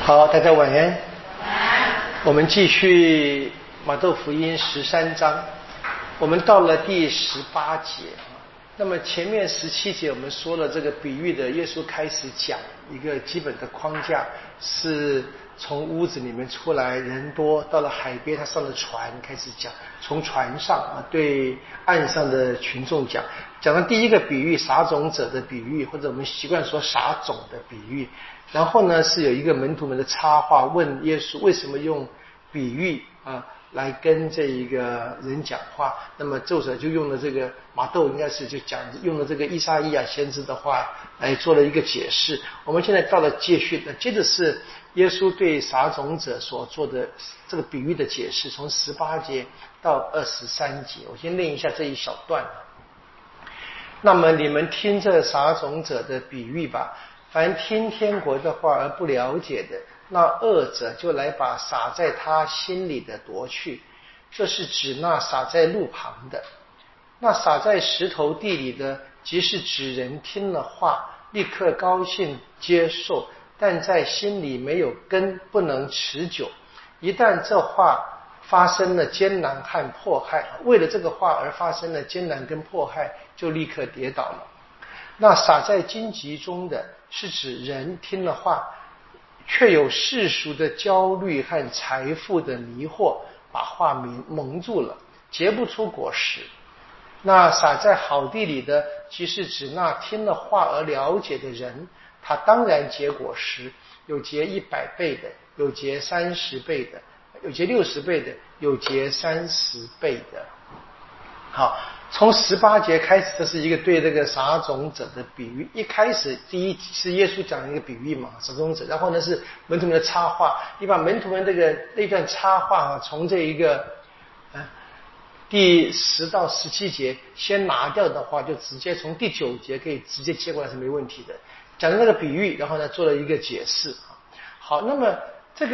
好，大家晚安。我们继续马窦福音13章，我们到了第18节。那么前面17节我们说了这个比喻的，耶稣开始讲一个基本的框架，是从屋子里面出来，人多，到了海边，他上了船开始讲，从船上对岸上的群众讲到第一个比喻，撒种者的比喻，或者我们习惯说撒种的比喻。然后呢，是有一个门徒们的插话，问耶稣为什么用比喻来跟这一个人讲话。那么作者就用了这个马窦应该是就用了这个以赛亚先知的话来做了一个解释。我们现在到了接着是耶稣对撒种者所做的这个比喻的解释，从18节到23节。我先念一下这一小段。那么你们听这撒种者的比喻吧。凡听天国的话而不了解的，那恶者就来把撒在他心里的夺去。这是指那撒在路旁的。那撒在石头地里的，即是指人听了话，立刻高兴接受，但在心里没有根，不能持久。一旦这话发生了艰难和迫害，为了这个话而发生了艰难跟迫害，就立刻跌倒了。那撒在荆棘中的，是指人听了话，却有世俗的焦虑和财富的迷惑，把话蒙住了，结不出果实。那撒在好地里的，即是指那听了话而了解的人，他当然结果实，有结100倍的，有结30倍的，有结60倍的，有结30倍的。好，从18节开始，这是一个对这个撒种者的比喻。一开始第一是耶稣讲的一个比喻嘛，撒种者，然后呢是门徒们的插话。你把门徒们那段插话从这一个第10到17节先拿掉的话，就直接从第9节可以直接接过来是没问题的。讲的那个比喻，然后呢做了一个解释。好，那么这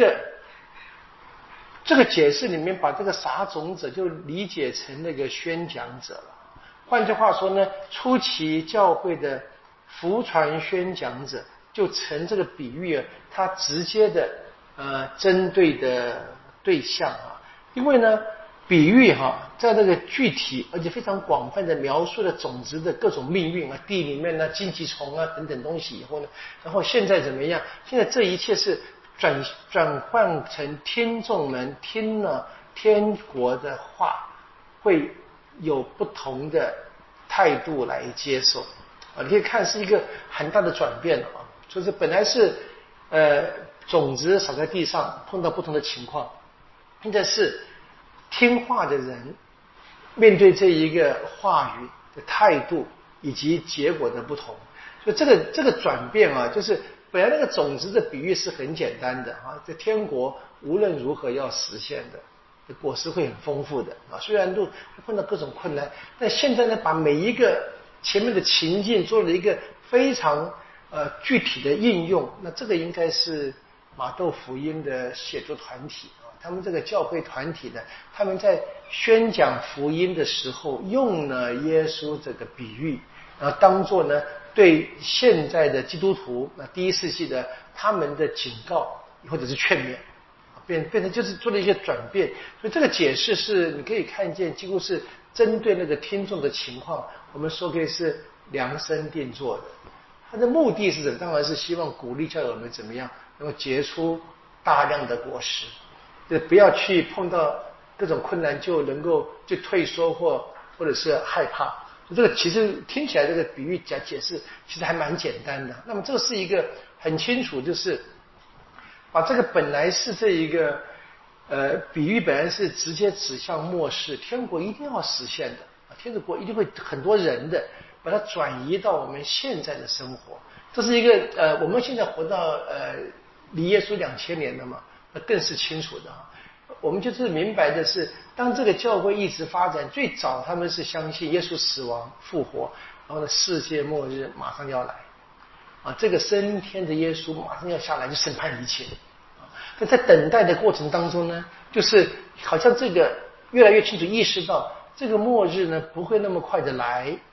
个解释里面把这个撒种者就理解成那个宣讲者了。换句话说呢，初期教会的福传宣讲者就成这个比喻他直接的针对的对象因为呢比喻在那个具体而且非常广泛的描述了种子的各种命运地里面呢荆棘虫等等东西以后呢，然后现在怎么样？现在这一切是转换成听众们听了天国的话，会有不同的态度来接受你可以看是一个很大的转变就是本来是种子撒在地上，碰到不同的情况，现在是听话的人面对这一个话语的态度以及结果的不同。所以这个转变就是本来那个种子的比喻是很简单的这天国无论如何要实现的，果实会很丰富的虽然都碰到各种困难，但现在呢把每一个前面的情境做了一个非常具体的应用。那这个应该是马窦福音的写作团体他们这个教会团体呢，他们在宣讲福音的时候用了耶稣这个比喻，然后当作呢对现在的基督徒第一世纪的他们的警告或者是劝勉，变成就是做了一些转变。所以这个解释是你可以看见几乎是针对那个听众的情况，我们说可以是量身定做的。它的目的是什么？当然是希望鼓励教友们怎么样能够结出大量的果实，不要去碰到各种困难就能够就退缩或者是害怕。这个其实听起来这个比喻解释其实还蛮简单的。那么这个是一个很清楚，就是把这个本来是这一个比喻本来是直接指向末世，天国一定要实现的天国一定会很多人的，把它转移到我们现在的生活。这是一个我们现在活到离耶稣2000年了嘛，那更是清楚的我们就是明白的是，当这个教会一直发展，最早他们是相信耶稣死亡复活，然后呢世界末日马上要来这个升天的耶稣马上要下来就审判一切那在等待的过程当中呢，就是好像这个越来越清楚意识到这个末日呢不会那么快的来，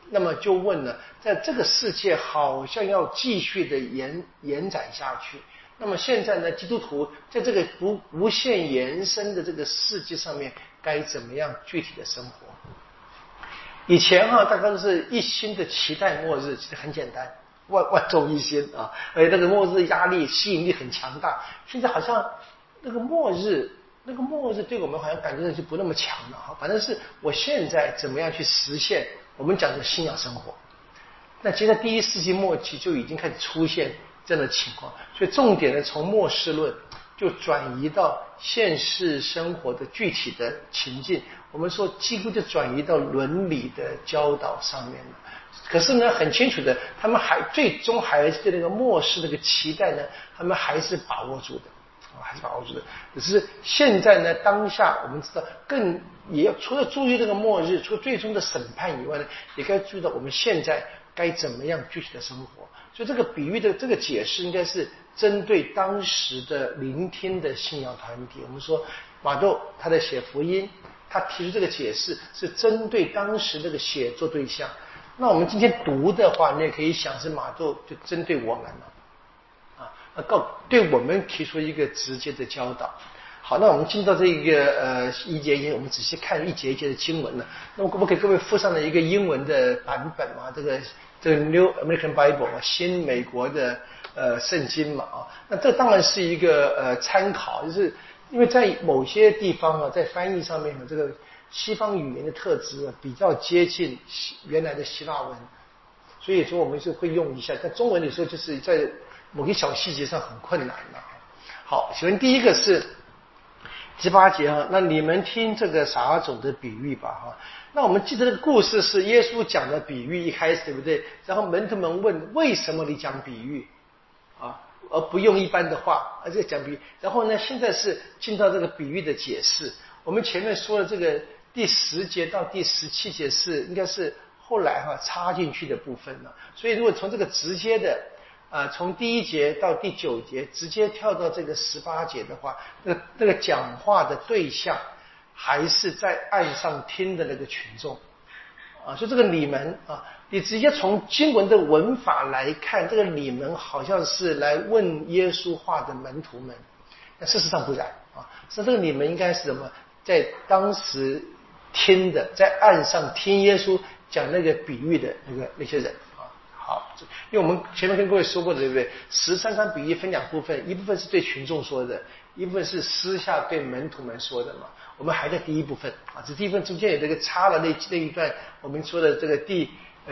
那么就问了，在这个世界好像要继续的延展下去，那么现在呢，基督徒在这个无限延伸的这个世界上面，该怎么样具体的生活？以前大家都是一心的期待末日，其实很简单，万众一心啊，而且那个末日压力吸引力很强大。现在好像那个末日对我们好像感觉就不那么强了哈。反正是我现在怎么样去实现我们讲的信仰生活。那其实在第1世纪末期就已经开始出现这样的情况，所以重点呢从末世论就转移到现实生活的具体的情境，我们说几乎就转移到伦理的教导上面了。可是呢，很清楚的，他们最终还是对那个末世那个期待呢，他们还是把握住的，只是现在呢，当下我们知道也要除了注意这个末日，除了最终的审判以外呢，也该注意到我们现在该怎么样具体的生活。所以这个比喻的这个解释应该是针对当时的聆听的信仰团体。我们说马窦他在写福音，他提出这个解释是针对当时这个写作对象。那我们今天读的话，你也可以想是马窦就针对我们了，对我们提出一个直接的教导。好，那我们进到这个一节一节，我们仔细看一节一节的经文了。那我给各位附上了一个英文的版本嘛，这个 New American Bible 新美国的圣经嘛那这当然是一个参考，就是因为在某些地方在翻译上面这个西方语言的特质比较接近原来的希腊文，所以说我们是会用一下，但中文有时候就是在某些小细节上很困难了。好，首先第一个是第8节那你们听这个撒种的比喻吧那我们记得这个故事是耶稣讲的比喻，一开始对不对？然后门徒们问为什么你讲比喻而不用一般的话，而且讲比喻。然后呢，现在是进到这个比喻的解释。我们前面说的这个第10节到第17节应该是后来插进去的部分了。所以如果从这个直接的从第1节到第9节直接跳到这个18节的话，那个讲话的对象还是在岸上听的那个群众所以这个你们你直接从经文的文法来看，这个你们好像是来问耶稣话的门徒们，但事实上不然是这个你们应该是什么？在当时听的，在岸上听耶稣讲那个比喻的那些人好，因为我们前面跟各位说过的，对不对？13章比喻分2部分，一部分是对群众说的，一部分是私下对门徒们说的嘛。我们还在第一部分这第一部分中间有这个插了那一段，我们说的这个第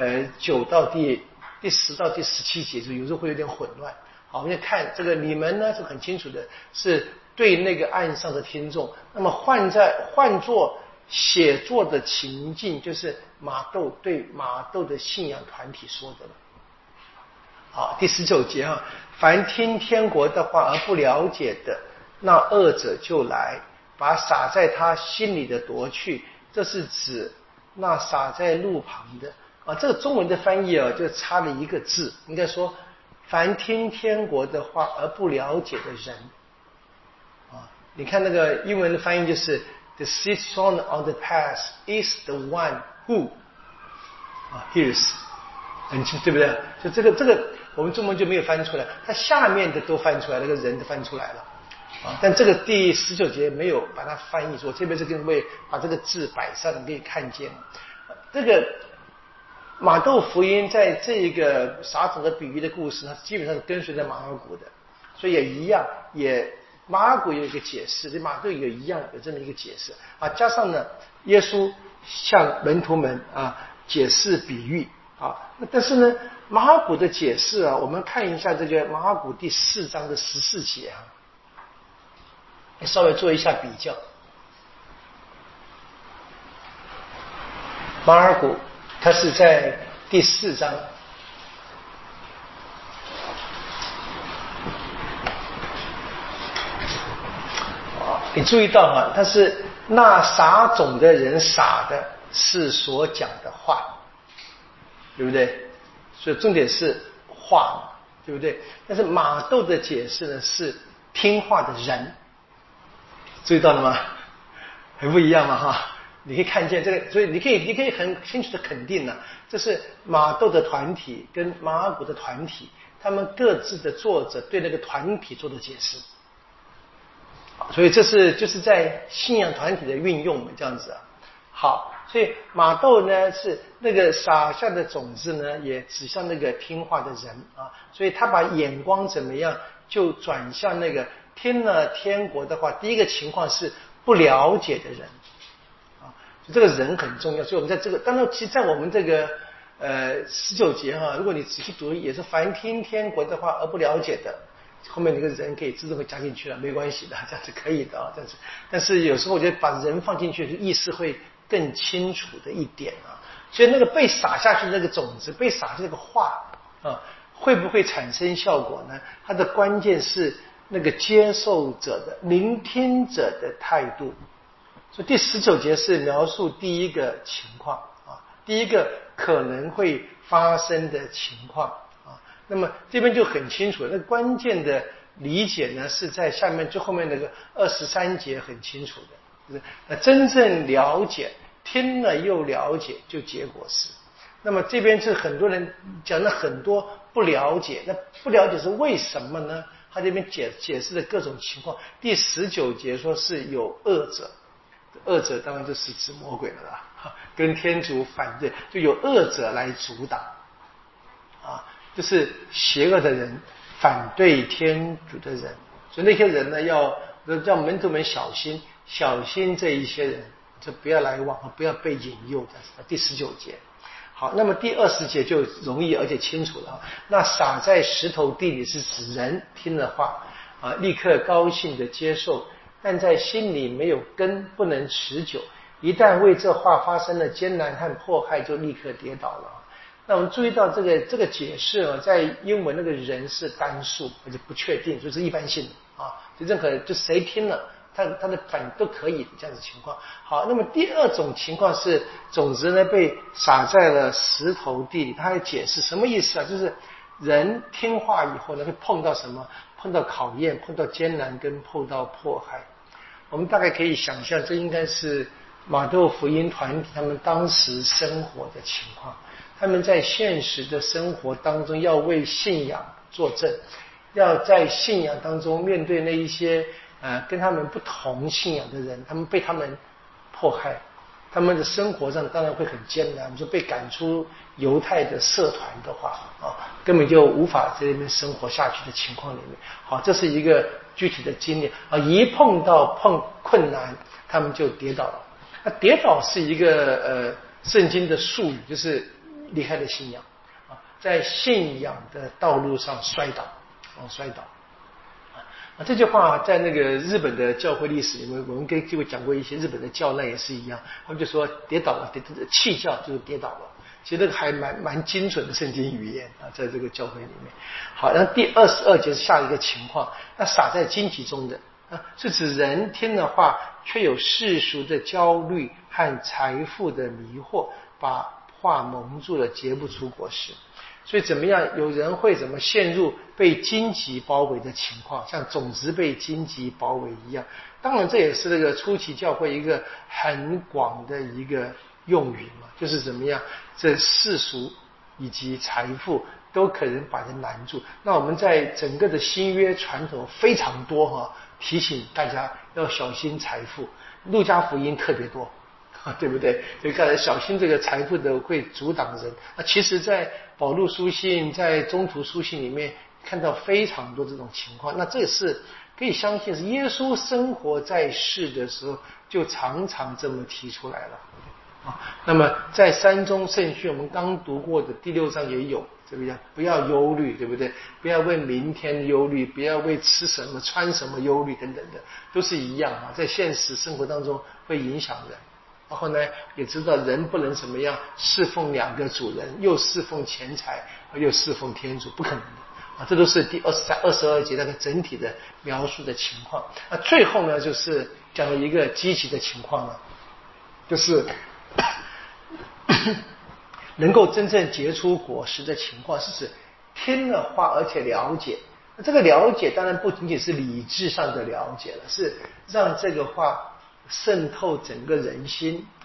9到第10到第17节，就有时候会有点混乱。好，我们看这个你们呢是很清楚的，是对那个岸上的听众。那么换作写作的情境，就是马窦对马窦的信仰团体说的了。好，第19节凡听天国的话而不了解的，那恶者就来，把撒在他心里的夺去。这是指那撒在路旁的这个中文的翻译就差了一个字，应该说凡听天国的话而不了解的人你看那个英文的翻译就是 The seed sown on the path is the one who hears， 对不对？就这个我们中文就没有翻出来，它下面的都翻出来，那个人都翻出来了但这个第19节没有把它翻译，我这边是跟各位把这个字摆上，你可以看见这个马窦福音在这个撒种的比喻的故事，它基本上是跟随着马尔谷的，所以也一样，马尔谷有一个解释，这马窦也一样有这么一个解释加上呢，耶稣向门徒们解释比喻但是呢，马尔谷的解释我们看一下这个马尔谷第4章的14节稍微做一下比较。马尔谷他是在第4章你注意到他是那撒种的人撒的是所讲的话，对不对？所以重点是话嘛，对不对？但是马窦的解释呢是听话的人，注意到了吗？很不一样嘛你可以看见这个，所以你可以很清楚的肯定呢，这是马窦的团体跟马尔谷的团体，他们各自的作者对那个团体做的解释。所以这是就是在信仰团体的运用嘛，这样子啊。好，所以马窦呢是那个撒下的种子呢，也指向那个听话的人啊，所以他把眼光怎么样，就转向那个听了天国的话。第一个情况是不了解的人啊，这个人很重要。所以我们在这个，当然，其实在我们这个19节哈，如果你仔细读，也是凡听天国的话而不了解的。后面那个人可以自动会加进去了，没关系的，这样是可以的啊。但是有时候我觉得把人放进去，意思会更清楚的一点啊。所以那个被撒下去的那个种子，被撒下去这个话啊，会不会产生效果呢？它的关键是那个接受者的、聆听者的态度。所以第19节是描述第一个情况啊，第一个可能会发生的情况。那么这边就很清楚，那关键的理解呢是在下面最后面那个23节很清楚的，就是真正了解，听了又了解，就结果是。那么这边是很多人讲了很多不了解，那不了解是为什么呢？他这边解释的各种情况。第19节说是有恶者，恶者当然就是指魔鬼了啦，跟天主反对，就有恶者来阻挡啊。就是邪恶的人，反对天主的人，所以那些人呢，要让门徒们小心这一些人，就不要来往，不要被引诱。第19节，好，那么第20节就容易而且清楚了。那撒在石头地里是指人听了话啊，立刻高兴的接受，但在心里没有根，不能持久。一旦为这话发生了艰难和迫害，就立刻跌倒了。那我们注意到这个解释啊，在英文那个人是单数，而且不确定，就是一般性的啊，就任何就谁听了，他的反都可以的这样子情况。好，那么第二种情况是种子呢被撒在了石头地里，他还解释什么意思啊？就是人听话以后呢，会碰到什么？碰到考验，碰到艰难，跟碰到迫害。我们大概可以想象，这应该是马窦福音团体他们当时生活的情况。他们在现实的生活当中要为信仰作证，要在信仰当中面对那一些跟他们不同信仰的人，他们被他们迫害，他们的生活上当然会很艰难。就被赶出犹太的社团的话啊，根本就无法在那边生活下去的情况里面。好，这是一个具体的经历啊。一碰到困难，他们就跌倒了。那跌倒是一个圣经的术语，就是离开了信仰啊，在信仰的道路上摔倒啊。这句话在那个日本的教会历史里面，我们跟各位讲过一些日本的教难也是一样，他们就说跌倒了，弃教就是跌倒了。其实这个还蛮精准的圣经语言啊，在这个教会里面。好，然后第22节是下一个情况，那撒在荆棘中的啊，是指人听了话，却有世俗的焦虑和财富的迷惑，把话蒙住了，结不出果实。所以怎么样？有人会怎么陷入被荆棘包围的情况，像种子被荆棘包围一样。当然，这也是那个初期教会一个很广的一个用语嘛，就是怎么样，这世俗以及财富都可能把人拦住。那我们在整个的新约传统非常多哈，提醒大家要小心财富。路加福音特别多。对不对？所以刚才小心这个财富的会阻挡人。那其实在保禄书信，在中途书信里面看到非常多这种情况。那这也是可以相信是耶稣生活在世的时候就常常这么提出来了啊。那么在三宗圣训我们刚读过的第6章也有，对不对？不要忧虑，对不对？不要为明天忧虑，不要为吃什么穿什么忧虑等等的，都是一样啊，在现实生活当中会影响人。然后呢，也知道人不能怎么样侍奉2个主人，又侍奉钱财，又侍奉天主，不可能的啊！这都是第23、22节那个整体的描述的情况。那最后呢，就是讲了一个积极的情况了，就是能够真正结出果实的情况，是指听了话而且了解。那这个了解当然不仅仅是理智上的了解了，是让这个话渗透整个人心啊，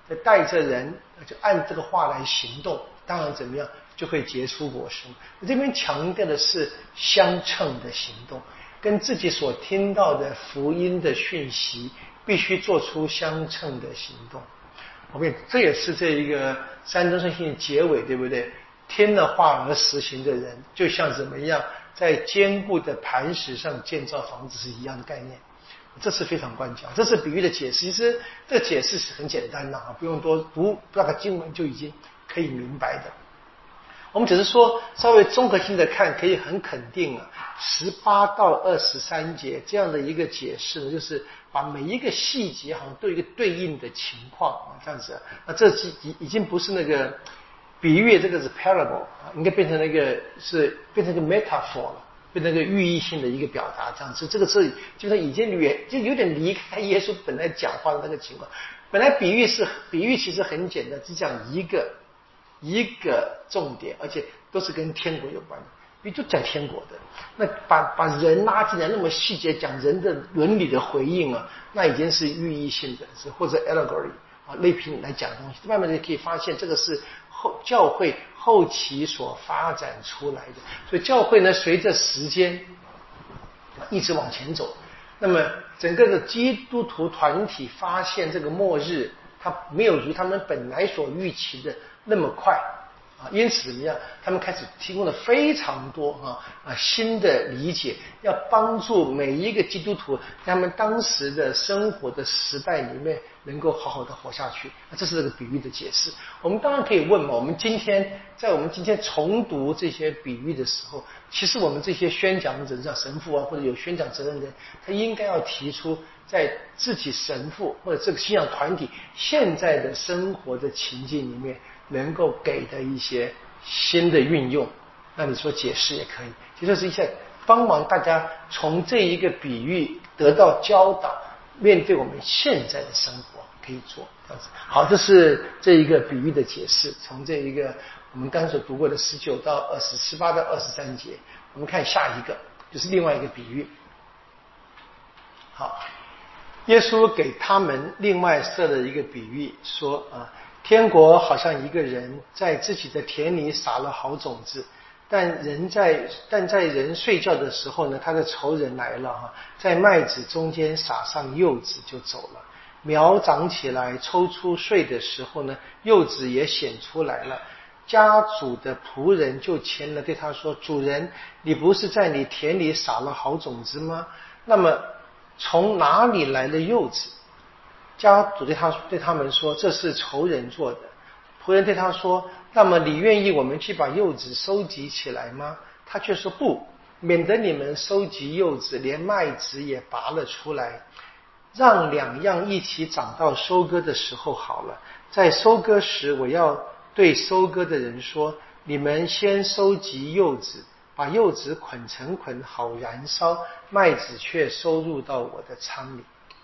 就带着人就按这个话来行动，当然怎么样就会结出果实。这边强调的是相称的行动，跟自己所听到的福音的讯息必须做出相称的行动。我们这也是这一个三宗圣训结尾，对不对？听了话而实行的人，就像怎么样在坚固的磐石上建造房子是一样的概念。这是非常关键，这是比喻的解释。其实这解释是很简单的啊，不用多读那个经文就已经可以明白的。我们只是说稍微综合性的看，可以很肯定啊，18到23节这样的一个解释呢，就是把每一个细节好像都有一个对应的情况啊，这样子。那这已经不是那个比喻，这个是 parable 啊，应该变成那个是变成一个 metaphor 了。变成一个寓意性的一个表达，这样子，这个是就是已经就有点离开耶稣本来讲话的那个情况。本来比喻其实很简单，只讲一个重点，而且都是跟天国有关的，比喻就讲天国的。那把人拉进来那么细节讲人的伦理的回应啊，那已经是寓意性的，是或者 allegory 啊类评来讲的东西。慢慢的可以发现，这个是教会后期所发展出来的，所以教会呢，随着时间一直往前走，那么整个的基督徒团体发现这个末日，它没有如他们本来所预期的那么快啊，因此怎么样，他们开始提供了非常多新的理解，要帮助每一个基督徒在他们当时的生活的时代里面能够好好的活下去。这是这个比喻的解释。我们当然可以问嘛，我们今天重读这些比喻的时候，其实我们这些宣讲者，像神父啊或者有宣讲责任人，他应该要提出在自己神父或者这个信仰团体现在的生活的情境里面能够给的一些新的运用。那你说解释也可以，其实是一些帮忙大家从这一个比喻得到教导，面对我们现在的生活可以做这样子。好，这是这一个比喻的解释，从这一个我们刚才所读过的18到23节，我们看下一个，就是另外一个比喻。好，耶稣给他们另外设了一个比喻，说天国好像一个人在自己的田里撒了好种子，但在人睡觉的时候呢，他的仇人来了在麦子中间撒上柚子就走了。苗长起来抽出穗的时候呢，柚子也显出来了。家主的仆人就前来对他说，主人，你不是在你田里撒了好种子吗？那么从哪里来的柚子？家主对他们说，这是仇人做的。仆人对他说，那么你愿意我们去把柚子收集起来吗？他却说不，免得你们收集柚子，连麦子也拔了出来，让两样一起长到收割的时候好了。在收割时，我要对收割的人说，你们先收集柚子，把柚子捆成捆好燃烧，麦子却收入到我的仓里。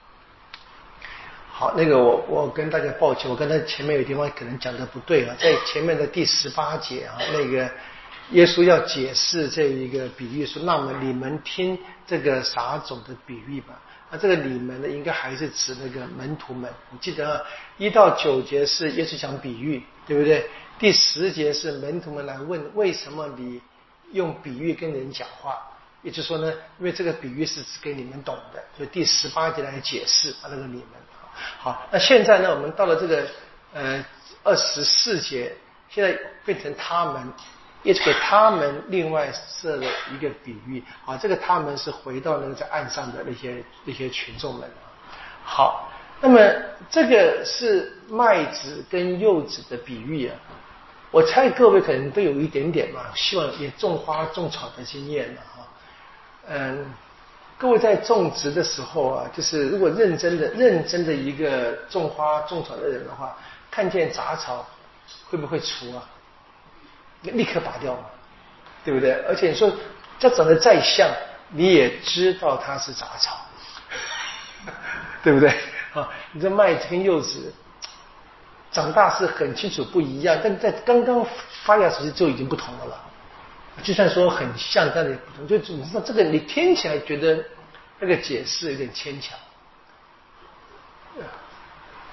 好，那个我跟大家抱歉，我刚才前面有地方可能讲的不对啊，在前面的第18节那个耶稣要解释这一个比喻，说那么你们听这个撒种的比喻吧。这个你们呢，应该还是指那个门徒们。你记得1到9节是耶稣讲比喻，对不对？第10节是门徒们来问为什么你用比喻跟人讲话，也就是说呢，因为这个比喻是只给你们懂的，所以第18节来解释那个你们。好，那现在呢，我们到了这个24节，现在变成他们，也给他们另外设了一个比喻。好，这个他们是回到那个在岸上的那些群众们。好，那么这个是麦子跟柚子的比喻啊。我猜各位可能都有一点点嘛，希望也种花种草的经验了各位在种植的时候就是如果认真的一个种花种草的人的话，看见杂草会不会除啊？立刻拔掉嘛，对不对？而且你说这长得再像，你也知道它是杂草，对不对？你这麦子跟柚子长大是很清楚不一样，但在刚刚发芽时就已经不同了。就算说很像，但也不同。就你知道这个，你听起来觉得那个解释有点牵强。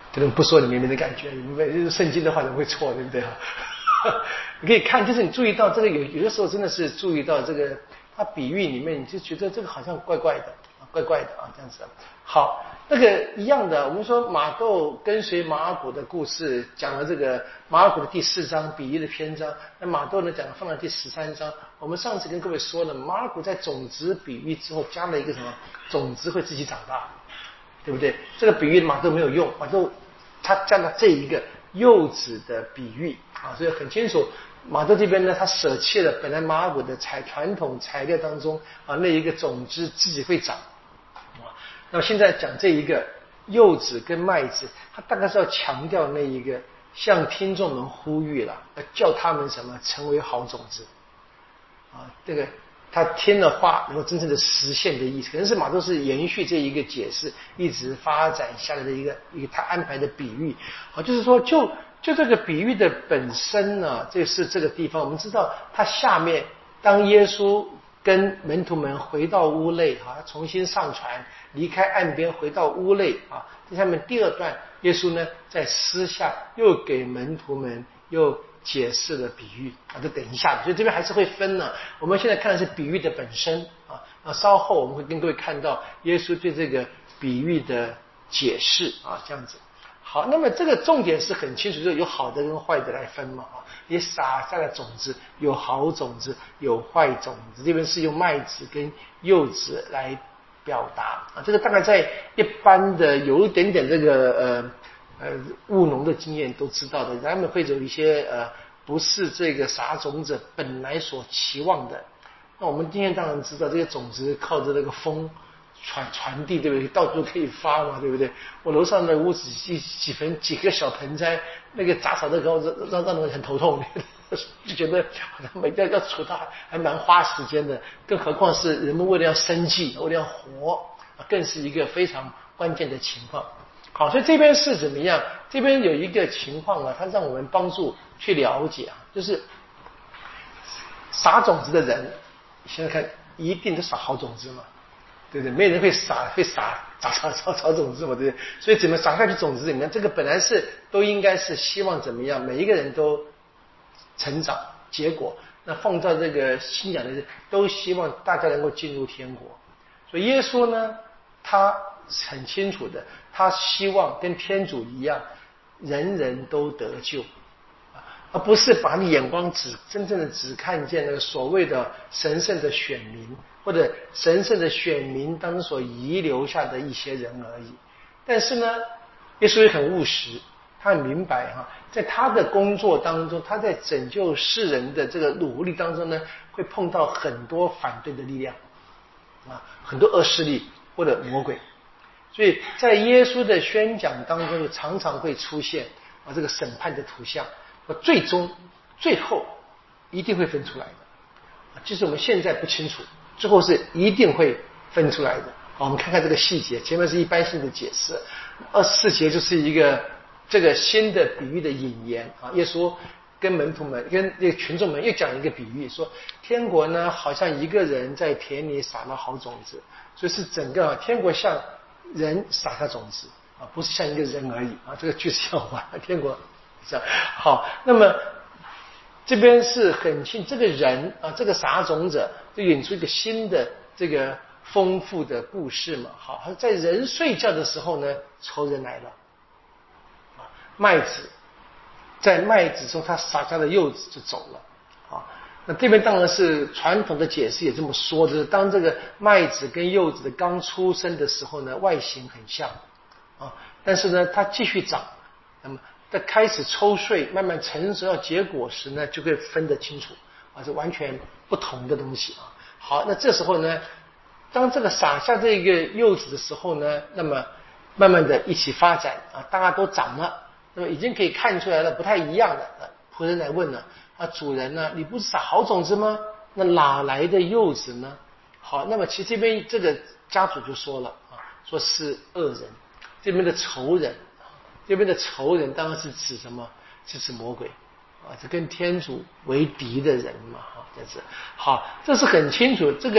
这种不说你明明的感觉，圣经的话怎么会错，对不对？你可以看，就是你注意到这个有的时候真的是注意到这个它比喻里面，你就觉得这个好像怪怪的，怪怪的啊，这样子。好，那个一样的，我们说马窦跟随马尔谷的故事，讲了这个马尔谷的第4章比喻的篇章，那马窦呢讲了放到第13章。我们上次跟各位说了，马尔谷在种子比喻之后加了一个什么？种子会自己长大，对不对？这个比喻马窦没有用，马窦他加了这一个柚子的比喻啊，所以很清楚。马窦这边呢，他舍弃了本来马尔谷的传统材料当中啊那一个种子自己会长啊。那么现在讲这一个柚子跟麦子，他大概是要强调那一个向听众们呼吁了，要叫他们什么成为好种子啊。这个他听了话能够真正的实现的意思，可能是马窦是延续这一个解释一直发展下来的一个他安排的比喻啊，就是说就这个比喻的本身呢，这是这个地方，我们知道它下面当耶稣跟门徒们回到屋内啊，重新上船离开岸边回到屋内啊，这下面第2段耶稣呢在私下又给门徒们又解释了比喻啊，这等一下，所以这边还是会分呢。我们现在看的是比喻的本身啊，那稍后我们会跟各位看到耶稣对这个比喻的解释啊，这样子。好，那么这个重点是很清楚，就是有好的跟坏的来分嘛啊。你撒下的种子有好种子，有坏种子，这边是用麦子跟柚子来表达啊。这个大概在一般的有一点点这个务农的经验都知道的，他们会有一些不是这个撒种子本来所期望的。那我们今天当然知道，这些种子靠着那个风传递，对不对？到处可以发嘛，对不对？我楼上的屋子几个小盆栽，那个杂草都给我让人很头痛，就觉得好像每天要除它还蛮花时间的，更何况是人们为了要生计，为了要活，更是一个非常关键的情况。好，所以这边是怎么样？这边有一个情况啊，它让我们帮助去了解啊，就是撒种子的人，现在看一定都撒好种子嘛。对不对？没人会撒种子嘛，对不对？所以怎么撒下去种子里面，这个本来是都应该是希望怎么样，每一个人都成长结果。那放到这个信仰的人，都希望大家能够进入天国。所以耶稣呢，他很清楚的，他希望跟天主一样，人人都得救。而不是把你眼光真正的只看见那个所谓的神圣的选民，或者神圣的选民当中所遗留下的一些人而已。但是呢，耶稣也很务实，他很明白在他的工作当中，他在拯救世人的这个努力当中呢，会碰到很多反对的力量啊，很多恶势力或者魔鬼。所以在耶稣的宣讲当中，常常会出现这个审判的图像。最后一定会分出来的，就是我们现在不清楚，最后是一定会分出来的。我们看看这个细节，前面是一般性的解释，24节就是一个这个新的比喻的引言啊。耶稣跟门徒们跟那个群众们又讲一个比喻，说天国呢好像一个人在田里撒了好种子，所以是整个天国像人撒下种子啊，不是像一个人而已啊。这个句子要完，天国好，那么这边是很清，这个人啊，这个撒种者就引出一个新的这个丰富的故事嘛。好，在人睡觉的时候呢，仇人来了啊，麦子在麦子中他撒下的柚子就走了啊。那这边当然是传统的解释也这么说，就是当这个麦子跟柚子的刚出生的时候呢，外形很像啊，但是呢，它继续长，那么在开始抽穗慢慢成熟要结果时呢，就可以分得清楚啊，是完全不同的东西啊。好，那这时候呢，当这个撒下这个柚子的时候呢，那么慢慢的一起发展啊，大家都长了，那么已经可以看出来了不太一样的。仆人来问了啊，主人呢，你不是撒好种子吗？那哪来的柚子呢？好，那么其实这边这个家主就说了啊，说是恶人，这边的仇人。这边的仇人当然是指什么？是指魔鬼啊，是跟天主为敌的人嘛，这是好，这是很清楚。这个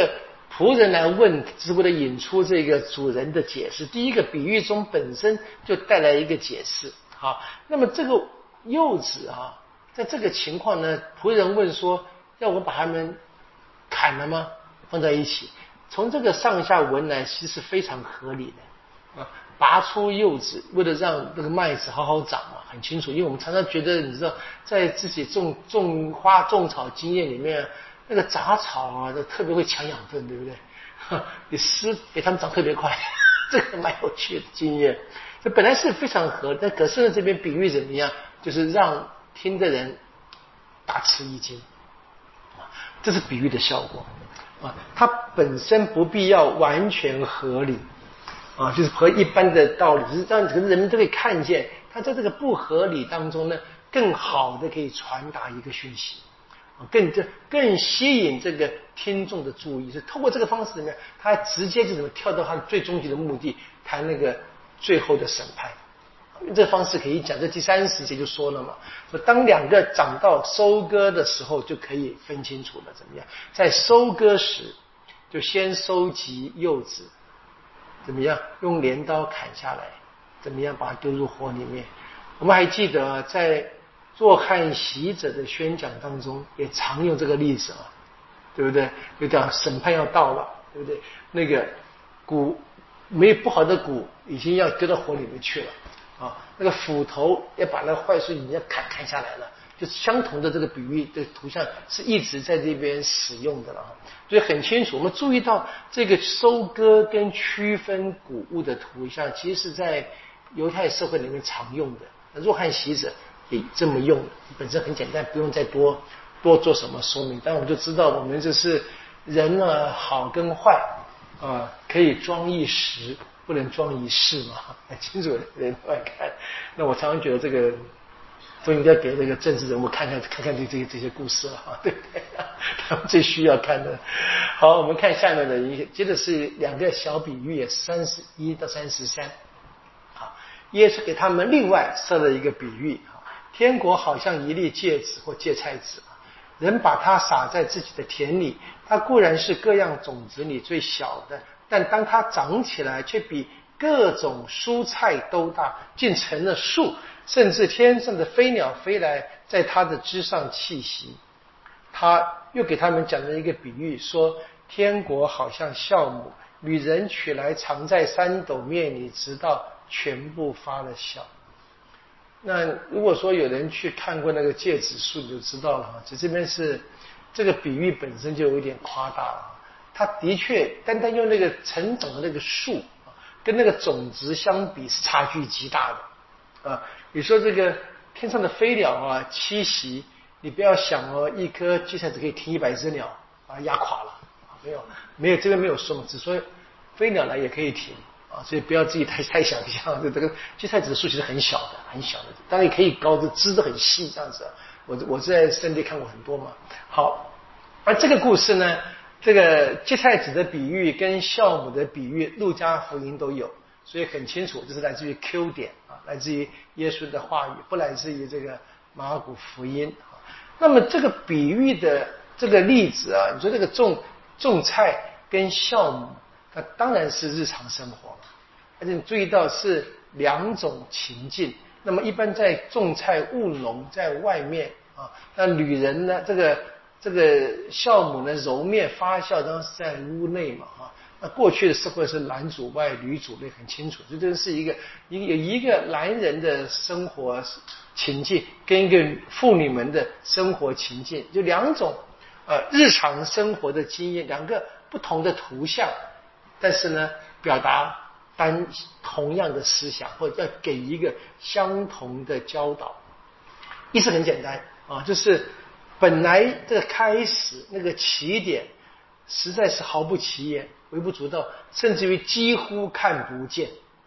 仆人来问，是为了引出这个主人的解释。第一个比喻中本身就带来一个解释。好，那么这个柚子啊，在这个情况呢，仆人问说：要我把它们砍了吗？放在一起？从这个上下文来，其实非常合理的啊。拔出柚子，为了让那个麦子好好长嘛，很清楚。因为我们常常觉得，你知道，在自己种花种草经验里面，那个杂草啊，都特别会抢养分，对不对？你施给它们长特别快，这个蛮有趣的经验。这本来是非常合，但可是呢，这边比喻怎么样？就是让听的人大吃一惊，这是比喻的效果啊。它本身不必要完全合理。啊，就是和一般的道理，只是让可是人们都可以看见，他在这个不合理当中呢，更好的可以传达一个讯息，更吸引这个听众的注意。是透过这个方式里面，他直接就怎么跳到他的最终极的目的，谈那个最后的审判。这个方式可以讲，这第30节就说了嘛，说当两个长到收割的时候，就可以分清楚了。怎么样？在收割时，就先收集柚子。怎么样用镰刀砍下来？怎么样把它丢入火里面？我们还记得在若翰洗者的宣讲当中，也常用这个例子啊，对不对？就讲审判要到了，对不对？那个谷没有不好的谷已经要丢到火里面去了啊，那个斧头要把那个坏树已经砍下来了。就是相同的这个比喻的图像是一直在这边使用的了，所以很清楚。我们注意到这个收割跟区分谷物的图像，其实是在犹太社会里面常用的。若翰洗者也这么用，本身很简单，不用再多做什么说明。但我们就知道，我们这是人呢，好跟坏啊，可以装一时，不能装一世嘛，很清楚的人来看。那我常常觉得这个。都应该给这个政治人物看看这些故事了，对不对？他们最需要看的。好，我们看下面的一个，接着是2个小比喻，31到33。好，耶稣给他们另外设了一个比喻，天国好像一粒芥子或芥菜籽，人把它撒在自己的田里，它固然是各样种子里最小的，但当它长起来，却比各种蔬菜都大，竟成了树，甚至天上的飞鸟飞来，在它的枝上栖息。他又给他们讲了一个比喻，说天国好像酵母，女人取来藏在3斗面里，直到全部发了酵。那如果说有人去看过那个芥子树，你就知道了哈。这边是这个比喻本身就有一点夸大了，它的确单单用那个成长的那个树跟那个种子相比是差距极大的啊！你说这个天上的飞鸟啊栖息，你不要想哦，一颗芥菜籽可以停100只鸟，把它压垮了啊！没有，这边没有说嘛，只说飞鸟来也可以停啊，所以不要自己太想象，这个芥菜籽的树其实很小的，当然也可以高，这枝都很细这样子。我在圣地看过很多嘛。好，而这个故事呢？这个芥菜籽的比喻跟酵母的比喻，路加福音都有，所以很清楚，这是来自于 Q 点啊，来自于耶稣的话语，不来自于这个马尔谷福音。那么这个比喻的这个例子啊，你说这个种菜跟酵母，那当然是日常生活，而且你注意到是2种情境。那么一般在种菜务农在外面啊，那女人呢，这个酵母呢揉面发酵，当然是在屋内嘛哈。那过去的社会是男主外女主内，很清楚，所以这是有一个男人的生活情境跟一个妇女们的生活情境，就2种日常生活的经验，2个不同的图像，但是呢表达同样的思想，或者要给一个相同的教导。意思很简单啊，就是本来的开始那个起点实在是毫不起眼，微不足道，甚至于几乎看不见，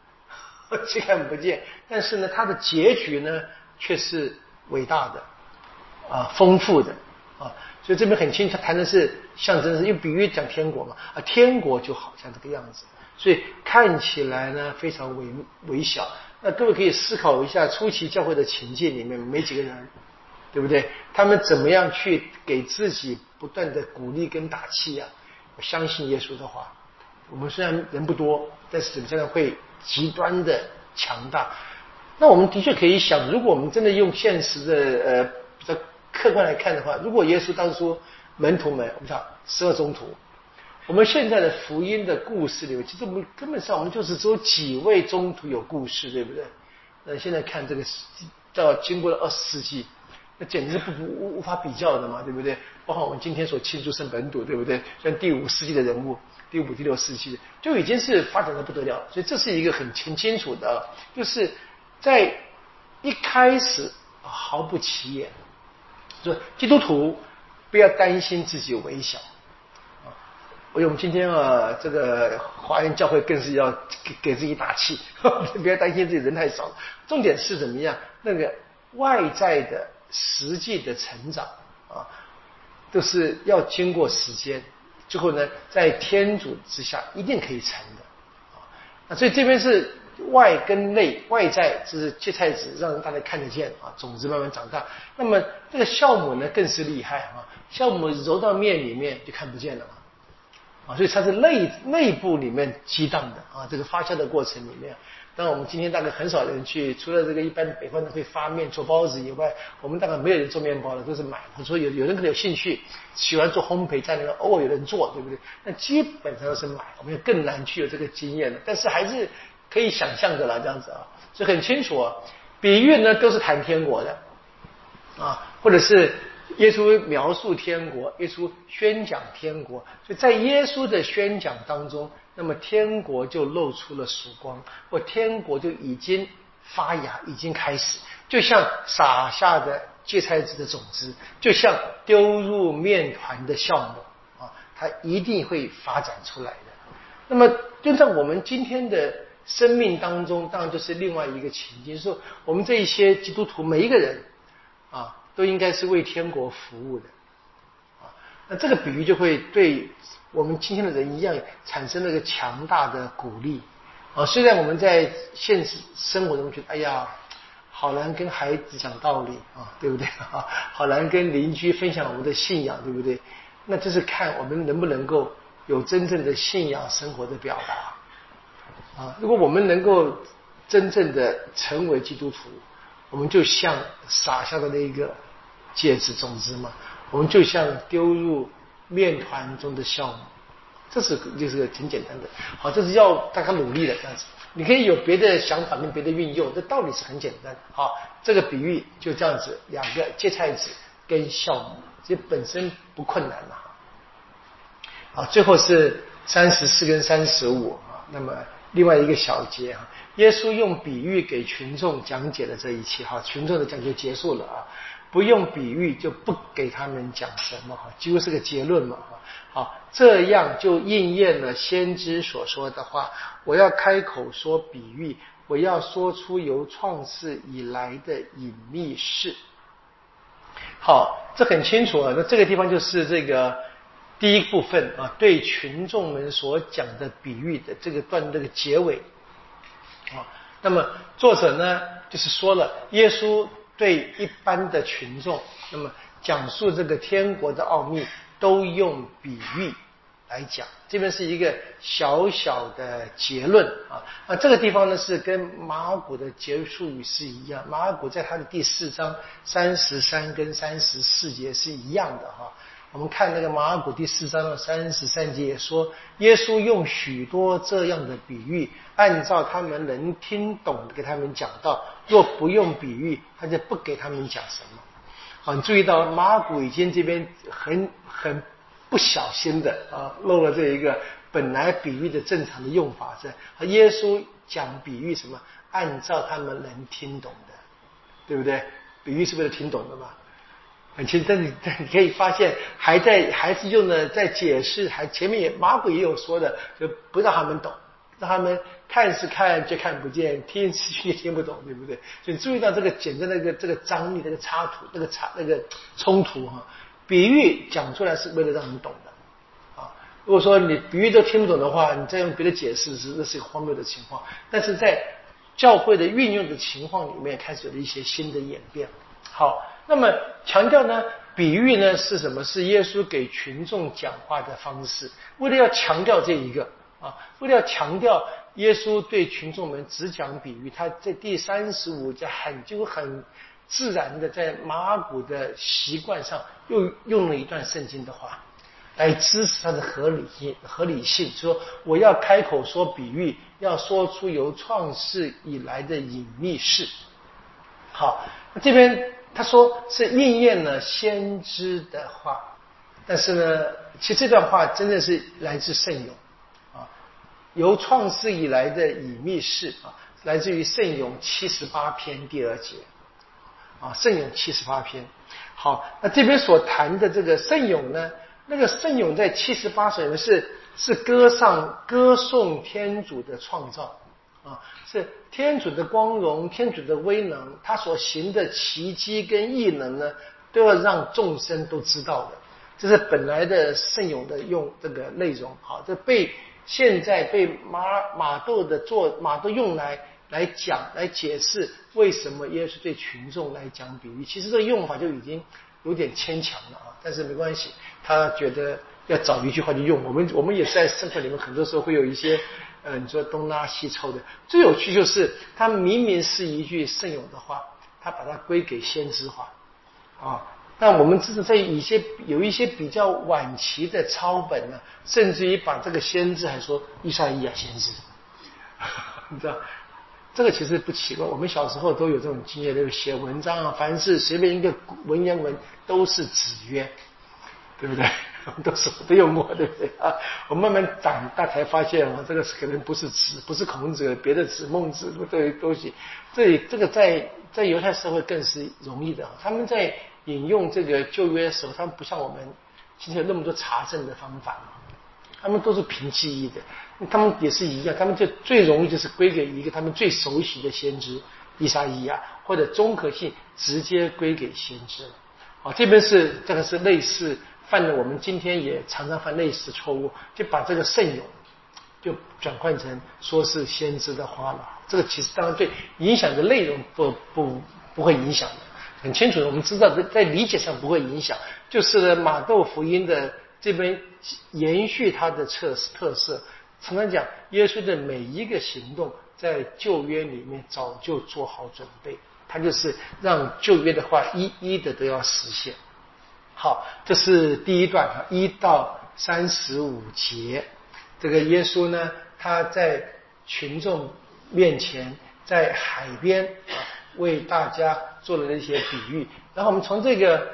但是呢它的结局呢却是伟大的丰富的啊。所以这边很清楚谈的是象征，因为比喻讲天国嘛天国就好像这个样子，所以看起来呢非常微小。那各位可以思考一下，初期教会的情境里面没几个人，对不对？他们怎么样去给自己不断的鼓励跟打气啊？ 我相信耶稣的话。我们虽然人不多，但是真的会极端的强大。那我们的确可以想，如果我们真的用现实的比较客观来看的话，如果耶稣当初门徒们，我们讲12宗徒，我们现在的福音的故事里面，其实我们根本上我们就是只有几位宗徒有故事，对不对？现在看这个到经过了20世纪，那简直是无法比较的嘛，对不对？包括我们今天所庆祝圣本笃，对不对？像第5世纪的人物，第5、第6世纪就已经是发展的不得了，所以这是一个很清楚的，就是在一开始毫不起眼，说基督徒不要担心自己微小。我们今天这个华人教会更是要给自己打气，不要担心自己人太少。重点是怎么样？那个外在的实际的成长都是要经过时间，最后呢，在天主之下一定可以成的那所以这边是外跟内，外在就是芥菜籽，让大家看得见种子慢慢长大。那么这个酵母呢，更是厉害酵母揉到面里面就看不见了所以它是内部里面激荡的这个发酵的过程里面。当然我们今天大概很少人去，除了这个一般北方人会发面做包子以外，我们大概没有人做面包的，都是买的。所以有人可能有兴趣，喜欢做烘焙，在那个偶尔有人做，对不对？那基本上都是买，我们就更难去有这个经验了。但是还是可以想象的啦，这样子所以很清楚比喻呢都是谈天国的或者是耶稣描述天国，耶稣宣讲天国，所以在耶稣的宣讲当中，那么天国就露出了曙光，或天国就已经发芽，已经开始，就像撒下的芥菜籽的种子，就像丢入面团的酵母它一定会发展出来的。那么就在我们今天的生命当中，当然就是另外一个情境，说我们这一些基督徒每一个人都应该是为天国服务的那这个比喻就会对我们今天的人一样产生了一个强大的鼓励虽然我们在现实生活中觉得哎呀好难跟孩子讲道理对不对好难跟邻居分享我们的信仰，对不对？那就是看我们能不能够有真正的信仰生活的表达如果我们能够真正的成为基督徒，我们就像撒下的那个芥子种子嘛，我们就像丢入面团中的酵母，这是就是个挺简单的。好，这是要大家努力的这样子。你可以有别的想法跟别的运用，这道理是很简单。好，这个比喻就这样子，两个芥菜籽跟酵母，这本身不困难了。好，最后是34跟35那么另外一个小节耶稣用比喻给群众讲解了这一切群众的讲解结束了不用比喻就不给他们讲什么几乎是个结论嘛好，这样就应验了先知所说的话，我要开口说比喻，我要说出由创世以来的隐秘事。好，这很清楚那这个地方就是这个第一部分对群众们所讲的比喻的这个段这个结尾那么作者呢就是说了耶稣对一般的群众那么讲述这个天国的奥秘都用比喻来讲，这边是一个小小的结论这个地方呢是跟马尔谷的结束语是一样，马尔谷在他的第4章33跟34节是一样的我们看那个马尔谷第4章的33节也说，耶稣用许多这样的比喻，按照他们能听懂的给他们讲道，若不用比喻，他就不给他们讲什么。你注意到马尔谷已经这边很不小心的漏了这一个本来比喻的正常的用法是耶稣讲比喻什么？按照他们能听懂的，对不对？比喻是为了听懂的嘛？很清楚，但你可以发现还是用的在解释，还前面马可也有说的，就不让他们懂，让他们看是看却看不见，听是却听不懂，对不对？所以注意到这个简单的这个张力，这个插图，那个冲突比喻讲出来是为了让人懂的如果说你比喻都听不懂的话，你再用别的解释那是一个荒谬的情况。但是在教会的运用的情况里面，开始有了一些新的演变。好，那么强调呢， 比喻呢是什么？是耶稣给群众讲话的方式，为了要强调这一个为了要强调耶稣对群众们只讲比喻，他在第35节很自然的在马可的习惯上又用了一段圣经的话来支持它的合理性，说我要开口说比喻，要说出由创世以来的隐秘事。好，这边他说是应验了先知的话，但是呢，其实这段话真的是来自圣咏由创世以来的隐秘事来自于圣咏78篇第2节圣咏78篇。好，那这边所谈的这个圣咏呢，那个圣咏在78首里面是歌颂天主的创造是天主的光荣，天主的威能，他所行的奇迹跟异能呢，都要让众生都知道的。这是本来的圣咏的用这个内容这现在被马窦用来讲来解释为什么耶稣对群众来讲比喻。其实这个用法就已经有点牵强了但是没关系，他觉得要找一句话就用。我们也在圣课里面很多时候会有一些你说东拉西凑的。最有趣就是他明明是一句圣咏的话，他把它归给先知话但我们知道在有一些比较晚期的抄本呢，甚至于把这个先知还说以赛亚先知你知道这个其实不奇怪，我们小时候都有这种经验，就是写文章凡是随便一个文言文都是子曰，对不对？都用过，对不对我慢慢长大才发现这个可能不是孔子，别的子孟子这东西，这个在犹太社会更是容易的他们在引用这个旧约的时候，他们不像我们今天有那么多查证的方法他们都是凭记忆的，他们也是一样，他们就最容易就是归给一个他们最熟悉的先知以赛亚，或者综合性直接归给先知了这边这个是类似犯了我们今天也常常犯类似错误，就把这个圣咏就转换成说是先知的话了。这个其实当然对影响的内容不会影响的，很清楚的，我们知道在理解上不会影响，就是呢马窦福音的这边延续它的特色。常常讲耶稣的每一个行动在旧约里面早就做好准备，他就是让旧约的话一一的都要实现。好，这是第一段1到35节。这个耶稣呢，他在群众面前在海边为大家做了一些比喻。然后我们从这个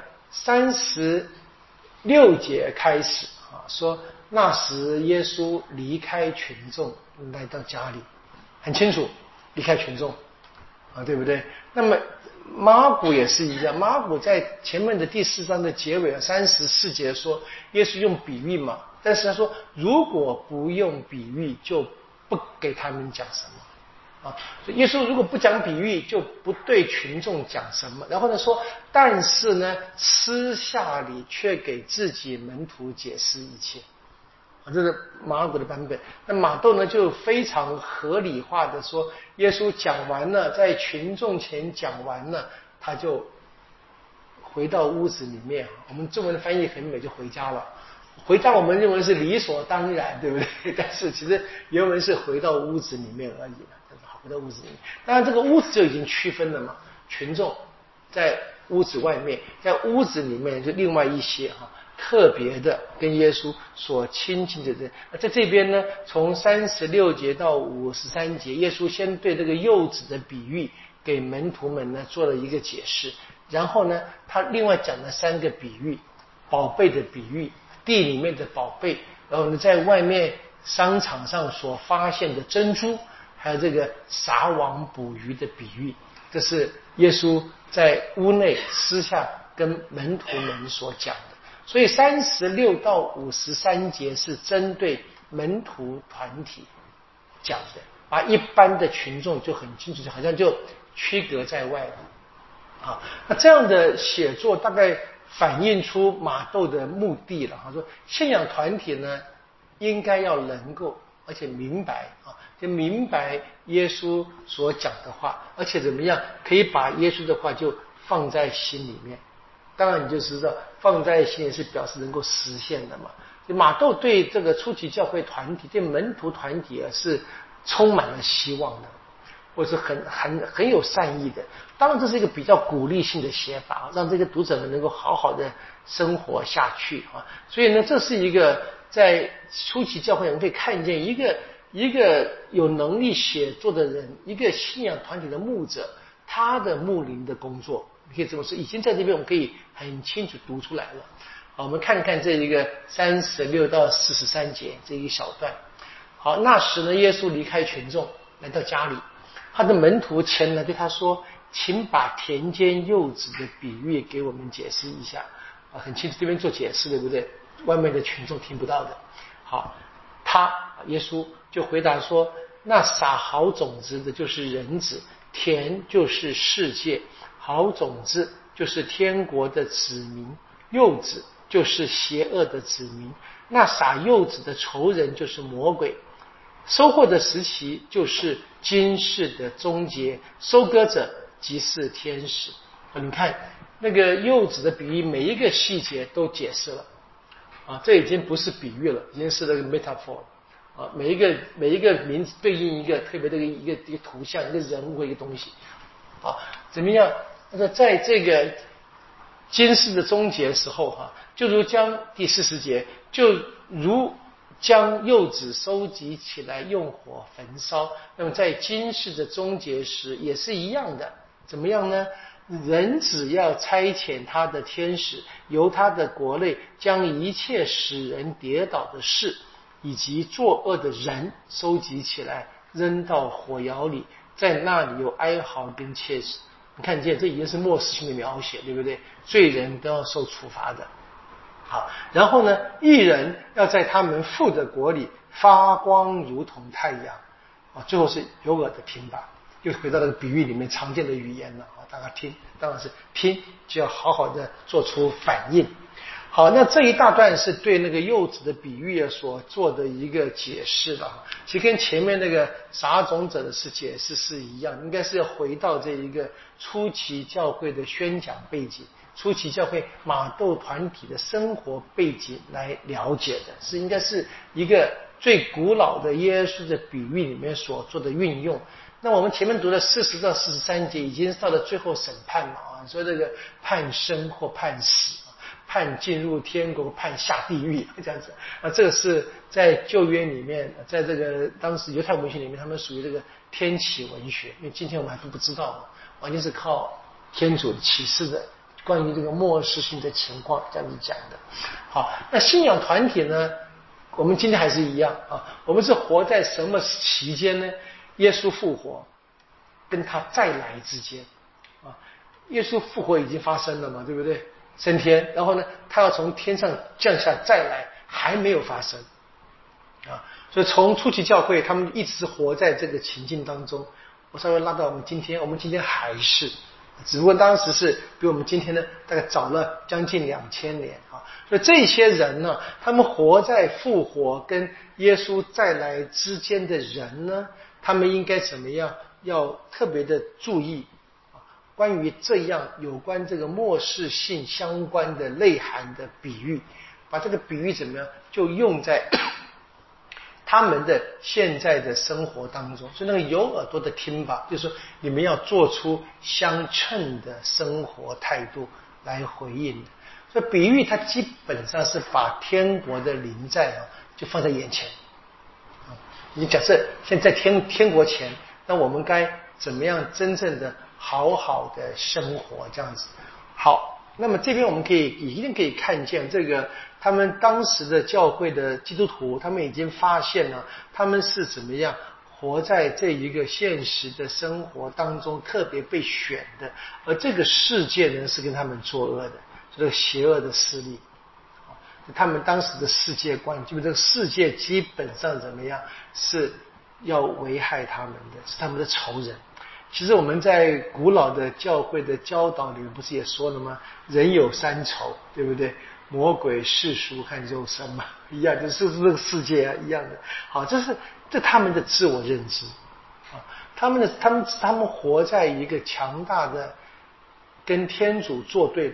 36节开始说那时耶稣离开群众来到家里，很清楚离开群众对不对？那么马可也是一样，马可在前面的第4章的结尾34节说耶稣用比喻嘛，但是他说如果不用比喻就不给他们讲什么所以耶稣如果不讲比喻就不对群众讲什么。然后呢说但是呢私下里却给自己门徒解释一切这是马可的版本。那马窦呢就非常合理化的说耶稣讲完了，在群众前讲完了，他就回到屋子里面。我们中文的翻译很美，就回家了。回家我们认为是理所当然，对不对？但是其实原文是回到屋子里面而已回到屋子里面。当然这个屋子就已经区分了嘛，群众在屋子外面，在屋子里面就另外一些特别的跟耶稣所亲近的人。在这边呢，从36节到53节，耶稣先对这个柚子的比喻给门徒们呢做了一个解释，然后呢他另外讲了3个比喻，宝贝的比喻，地里面的宝贝，然后呢在外面商场上所发现的珍珠，还有这个撒网捕鱼的比喻。这是耶稣在屋内私下跟门徒们所讲的。所以36到53节是针对门徒团体讲的，把一般的群众就很清楚，好像就区隔在外了那这样的写作大概反映出马窦的目的了。他说信仰团体呢应该要能够而且明白就明白耶稣所讲的话，而且怎么样可以把耶稣的话就放在心里面。 当然你就知道放在心里是表示能够实现的嘛。马窦对这个初期教会团体、对门徒团体是充满了希望的，或是很有善意的。当然这是一个比较鼓励性的写法，让这个读者们能够好好的生活下去啊。所以呢，这是一个在初期教会我们可以看见一个有能力写作的人，一个信仰团体的牧者，他的牧灵的工作，你可以这么说，已经在这边我们可以很清楚读出来了。好，我们看看这一个36到43节这一小段。好，那时呢，耶稣离开群众，来到家里，他的门徒前来对他说：“请把田间柚子的比喻给我们解释一下。”很清楚，这边做解释，对不对？外面的群众听不到的。好，耶稣就回答说：“那撒好种子的就是人子，田就是世界，好种子就是天国的子民，柚子就是邪恶的子民。那撒柚子的仇人就是魔鬼。收获的时期就是今世的终结，收割者即是天使。”你看那个柚子的比喻，每一个细节都解释了啊，这已经不是比喻了，已经是那个 metaphor 啊，每一个名字对应一个特别的一个图像、一个人物、一个东西啊，怎么样？那个在这个今世的终结时候哈，就如将第40节，就如将柚子收集起来用火焚烧，那么在今世的终结时也是一样的。怎么样呢？人只要差遣他的天使，由他的国内将一切使人跌倒的事以及作恶的人收集起来，扔到火窑里，在那里有哀嚎跟切齿。你看见这已经是末世性的描写，对不对？罪人都要受处罚的。好，然后呢，义人要在他们父的国里发光如同太阳啊。最后是有耳的听吧，又回到那个比喻里面常见的语言了啊。大家听，当然是听就要好好的做出反应。好，那这一大段是对那个柚子的比喻所做的一个解释了，其实跟前面那个撒种者的解释是一样，应该是要回到这一个初期教会的宣讲背景，初期教会马窦团体的生活背景来了解的，是应该是一个最古老的耶稣的比喻里面所做的运用。那我们前面读的40到43节已经到了最后审判了啊，说这个判生或判死，判进入天国，判下地狱，这样子啊。这个是在旧约里面，在这个当时犹太文学里面，他们属于这个天启文学，因为今天我们还不知道嘛，完全是靠天主启示的关于这个末世性的情况这样子讲的。好，那信仰团体呢，我们今天还是一样啊，我们是活在什么期间呢？耶稣复活跟他再来之间啊，耶稣复活已经发生了嘛，对不对？升天，然后呢，他要从天上降下再来，还没有发生啊。所以从初期教会，他们一直活在这个情境当中。我稍微拉到我们今天，我们今天还是，只不过当时是比我们今天呢大概早了将近2000年啊。所以这些人呢，他们活在复活跟耶稣再来之间的人呢，他们应该怎么样？要特别的注意关于这样有关这个末世性相关的内涵的比喻，把这个比喻怎么样就用在他们的现在的生活当中。所以那个有耳朵的听吧，就是说你们要做出相称的生活态度来回应。所以比喻它基本上是把天国的临在就放在眼前。你假设现在天国前，那我们该怎么样真正的好好的生活这样子。好，那么这边我们一定可以看见这个他们当时的教会的基督徒，他们已经发现了他们是怎么样活在这一个现实的生活当中特别被选的，而这个世界呢是跟他们作恶的，这个邪恶的势力。他们当时的世界观，就是这个世界基本上怎么样是要危害他们的，是他们的仇人。其实我们在古老的教会的教导里面不是也说了吗？人有3仇，对不对？魔鬼、世俗和肉身嘛，一样，就是这个世界一样的。好，这他们的自我认知啊，他们活在一个强大的跟天主作对的，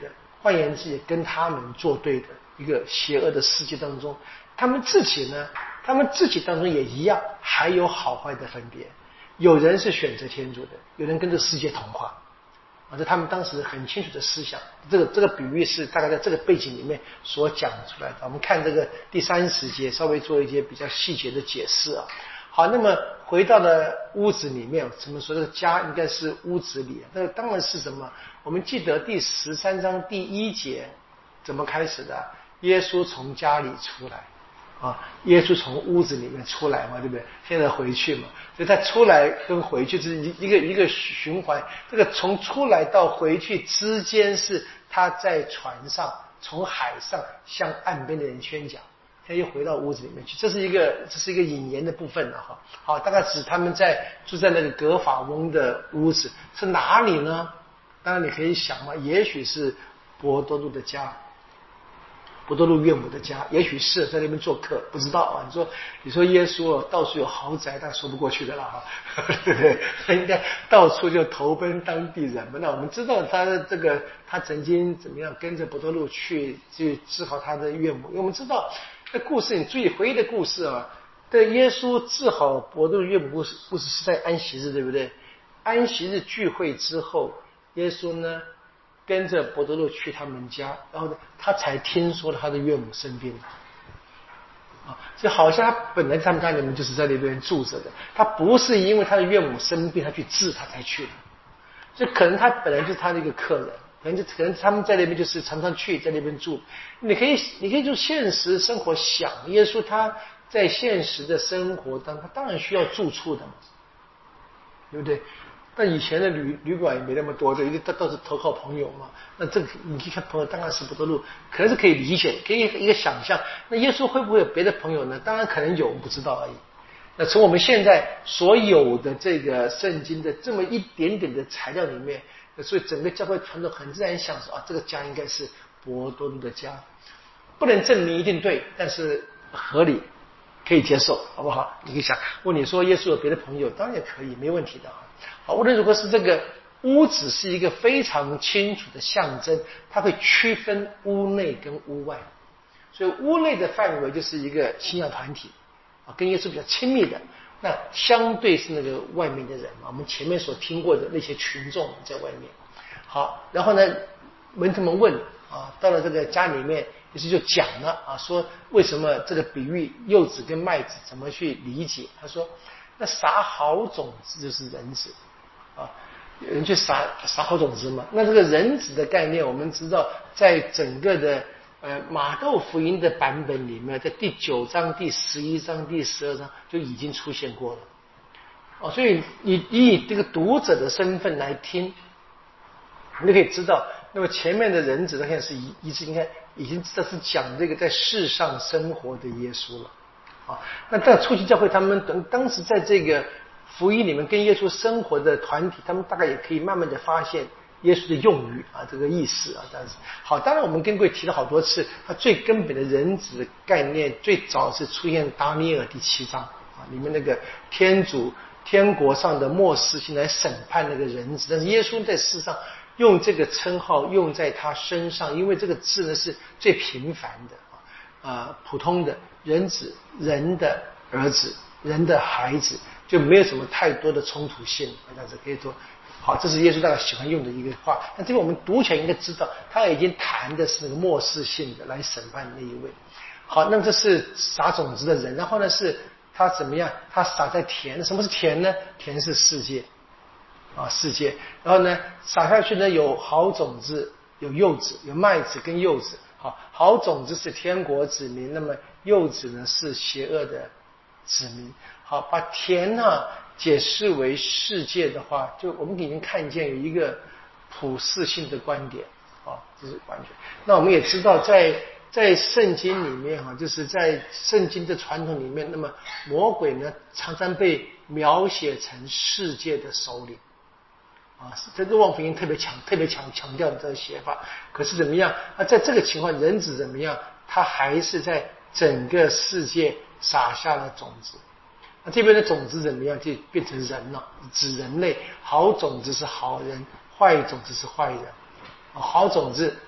换言之也跟他们作对的一个邪恶的世界当中，他们自己当中也一样，还有好坏的分别。有人是选择天主的，有人跟这世界同化。这他们当时很清楚的思想，这个比喻是大概在这个背景里面所讲出来的。我们看这个第30节，稍微做一些比较细节的解释啊。好，那么回到了屋子里面，怎么说这个家应该是屋子里？那个当然是什么？我们记得第13章第1节怎么开始的？耶稣从家里出来。耶稣从屋子里面出来嘛，对不对？现在回去嘛，所以他出来跟回去是一个循环。这个从出来到回去之间是他在船上从海上向岸边的人宣讲，他又回到屋子里面去。这是一个引言的部分了哈。好，大概指他们住在那个葛法翁的屋子是哪里呢？当然你可以想嘛，也许是伯多禄的家。伯多禄岳母的家，也许是在那边做客，不知道啊。你说耶稣到处有豪宅，但说不过去的了哈，对不对？他应该到处就投奔当地人嘛。那我们知道他曾经怎么样跟着伯多禄去治好他的岳母，因为我们知道这故事，你注意回忆的故事啊。对，耶稣治好伯多禄岳母故事是在安息日，对不对？安息日聚会之后，耶稣呢跟着伯多禄去他们家，然后呢，他才听说了他的岳母生病了，就好像他本来他们家里面就是在那边住着的，他不是因为他的岳母生病他去治他才去的，就可能他本来就是他的一个客人，可能他们在那边就是常常去在那边住。你可以就现实生活想，耶稣他在现实的生活当中，他当然需要住处的嘛，对不对？但以前的旅馆也没那么多，对，都是投靠朋友嘛。那这个你去看朋友，当然是伯多禄，可能是可以理解，可以一个想象。那耶稣会不会有别的朋友呢？当然可能有，我们不知道而已。那从我们现在所有的这个圣经的这么一点点的材料里面，所以整个教会传统很自然想说这个家应该是伯多禄的家，不能证明一定对，但是合理，可以接受，好不好？你可以想，问你说耶稣有别的朋友，当然也可以，没问题的。好，无论如何是这个屋子是一个非常清楚的象征，它会区分屋内跟屋外。所以屋内的范围就是一个信仰团体跟耶稣比较亲密的，那相对是那个外面的人我们前面所听过的那些群众在外面。好，然后呢，门徒们问到了这个家里面，于是就讲了说为什么这个比喻柚子跟麦子怎么去理解？他说，那撒好种子就是人子有人去撒好种子嘛？那这个人子的概念，我们知道，在整个的马窦福音的版本里面，在第9章、第11章、第12章就已经出现过了所以你以这个读者的身份来听，你就可以知道，那么前面的人子，现在是一致应该已经知道是讲这个在世上生活的耶稣了那在初期教会，他们当时在这个福音里面跟耶稣生活的团体，他们大概也可以慢慢的发现耶稣的用语这个意思但是好，当然我们跟各位提了好多次，它最根本的人子的概念，最早是出现达尼尔第7章里面那个天国上的末世性来审判那个人子，但是耶稣在世上用这个称号用在他身上，因为这个字呢是最平凡的普通的人子，人的儿子，人的孩子，就没有什么太多的冲突性这样子可以说好，这是耶稣大概喜欢用的一个话。那这个我们读起来应该知道，他已经谈的是那个末世性的来审判那一位。好，那么这是撒种子的人，然后呢是他怎么样？他撒在田，什么是田呢？田是世界世界。然后呢撒下去呢有好种子，有柚子，有麦子跟柚子。好种子是天国子民，那么柚子呢是邪恶的子民。好，把田解释为世界的话，就我们已经看见有一个普世性的观点这是完全。那我们也知道在圣经里面就是在圣经的传统里面，那么魔鬼呢常常被描写成世界的首领这个望福音特别强调的这个写法。可是怎么样在这个情况，人子怎么样？他还是在整个世界撒下了种子。那这边的种子怎么样？就变成人了，指人类。好种子是好人，坏种子是坏人。好种子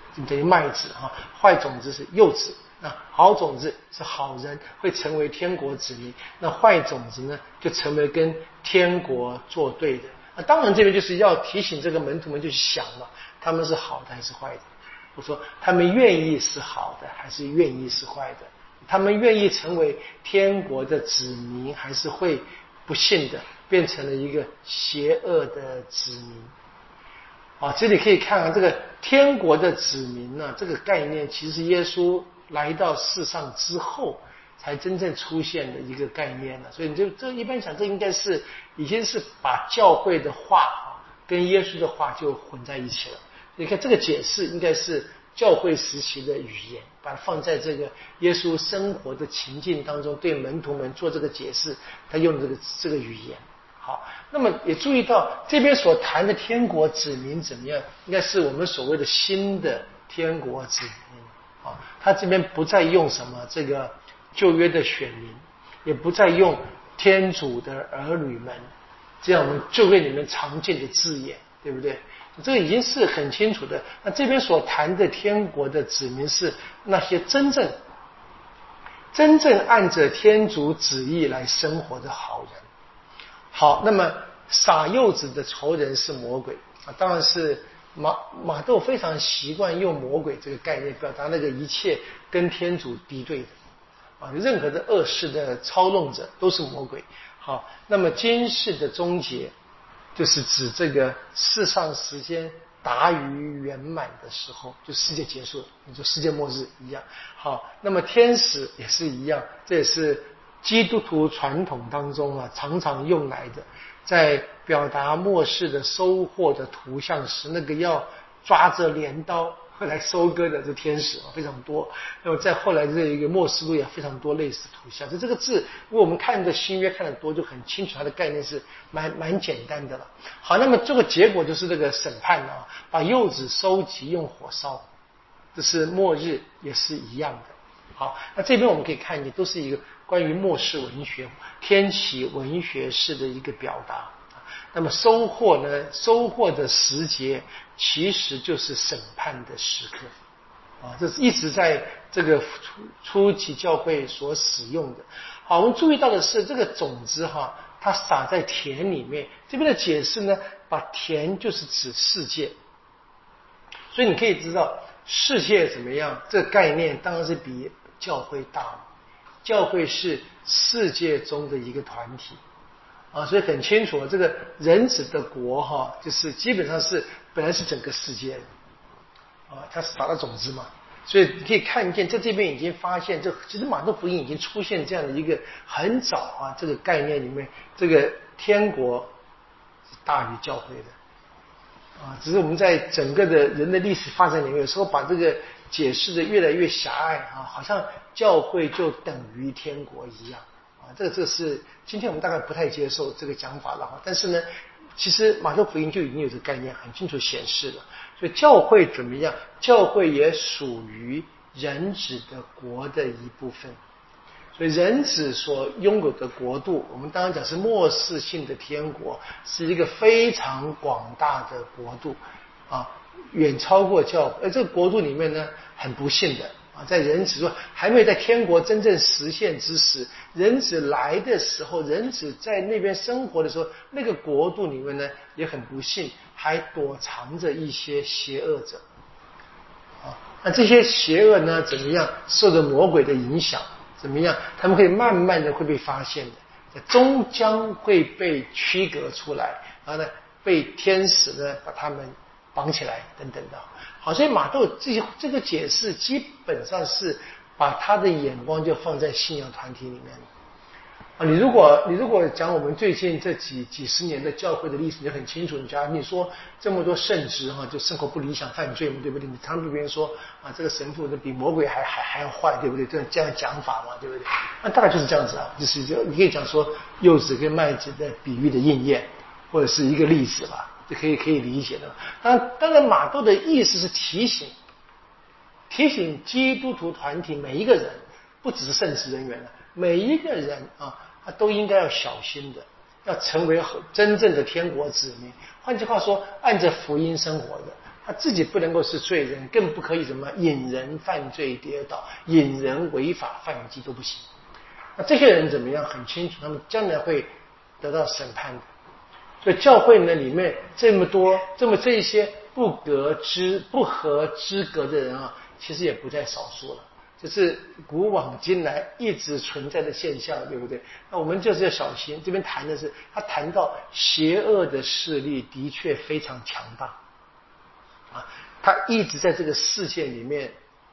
等于麦子哈，坏种子是柚子。好种子是好人，会成为天国子民；那坏种子呢，就成为跟天国作对的。当然这边就是要提醒这个门徒们就去想嘛，他们是好的还是坏的？我说他们愿意是好的还是愿意是坏的？他们愿意成为天国的子民，还是会不幸的变成了一个邪恶的子民？这里可以看这个天国的子民呢，这个概念其实耶稣来到世上之后才真正出现的一个概念了。所以你这一般想，这应该是已经是把教会的话跟耶稣的话就混在一起了。你看这个解释应该是教会时期的语言，把它放在这个耶稣生活的情境当中，对门徒们做这个解释，他用这个语言。好，那么也注意到这边所谈的天国子民怎么样？应该是我们所谓的新的天国子民。他这边不再用什么这个旧约的选民，也不再用天主的儿女们这样我们旧约里面常见的字眼，对不对？这个已经是很清楚的。那这边所谈的天国的子民是那些真正按着天主旨意来生活的好人。好，那么撒柚子的仇人是魔鬼当然是马窦非常习惯用魔鬼这个概念表达那个一切跟天主敌对的任何的恶事的操弄者都是魔鬼。好，那么今世的终结就是指这个世上时间达于圆满的时候，就世界结束了，你说世界末日一样。好，那么天使也是一样，这也是基督徒传统当中常常用来的，在表达末世的收获的图像时，那个要抓着镰刀来收割的这天使非常多。那么在后来这一个末世录也非常多类似图像。这个字，如果我们看的新约看得多，就很清楚它的概念是蛮简单的了。好，那么这个结果就是这个审判把柚子收集用火烧，这是末日也是一样的。好，那这边我们可以看见都是一个关于末世文学、天启文学式的一个表达。那么收获呢？收获的时节其实就是审判的时刻这是一直在这个初期教会所使用的。好，我们注意到的是这个种子它撒在田里面。这边的解释呢，把田就是指世界，所以你可以知道世界怎么样，这个概念当然是比教会大了。教会是世界中的一个团体所以很清楚这个人子的国就是基本上是本来是整个世界的它是撒了种子嘛。所以你可以看见在这边已经发现，其实马窦福音已经出现这样的一个很早这个概念里面，这个天国是大于教会的只是我们在整个的人的历史发展里面，有时候把这个解释的越来越狭隘好像教会就等于天国一样这是今天我们大概不太接受这个讲法了但是呢，其实马窦福音就已经有这个概念很清楚显示了。所以教会怎么样？教会也属于人子的国的一部分。所以人子所拥有的国度，我们当然讲是末世性的天国，是一个非常广大的国度远超过教会。而这个国度里面呢，很不幸的在人子说还没有在天国真正实现之时，人子来的时候，人子在那边生活的时候，那个国度里面呢也很不幸，还躲藏着一些邪恶者那这些邪恶呢怎么样受着魔鬼的影响，怎么样他们会慢慢的会被发现的，终将会被区隔出来，然后呢被天使呢把他们绑起来等等的。好，所以马窦这个解释基本上是把他的眼光就放在信仰团体里面你如果讲我们最近这几十年的教会的历史，你就很清楚。你说这么多圣职就生活不理想、犯罪嘛，对不对？你常被别人说这个神父比魔鬼还要坏，对不对？这样讲法嘛，对不对？那大概就是这样子就是你可以讲说柚子跟麦子的比喻的应验，或者是一个例子吧，这可以理解的。当然马窦的意思是提醒基督徒团体每一个人，不只是圣职人员了，每一个人他都应该要小心的，要成为真正的天国子民。换句话说，按着福音生活的， 他自己不能够是罪人，更不可以什么引人犯罪跌倒，引人违法犯纪都不行。那这些人怎么样？很清楚，他们将来会得到审判的。所以教会呢里面这么多这一些不合资格的人啊，其实也不在少数了。这是古往今来一直存在的现象，对不对？那我们就是要小心。这边谈的是，他谈到邪恶的势力的确非常强大啊，他一直在这个世界里面，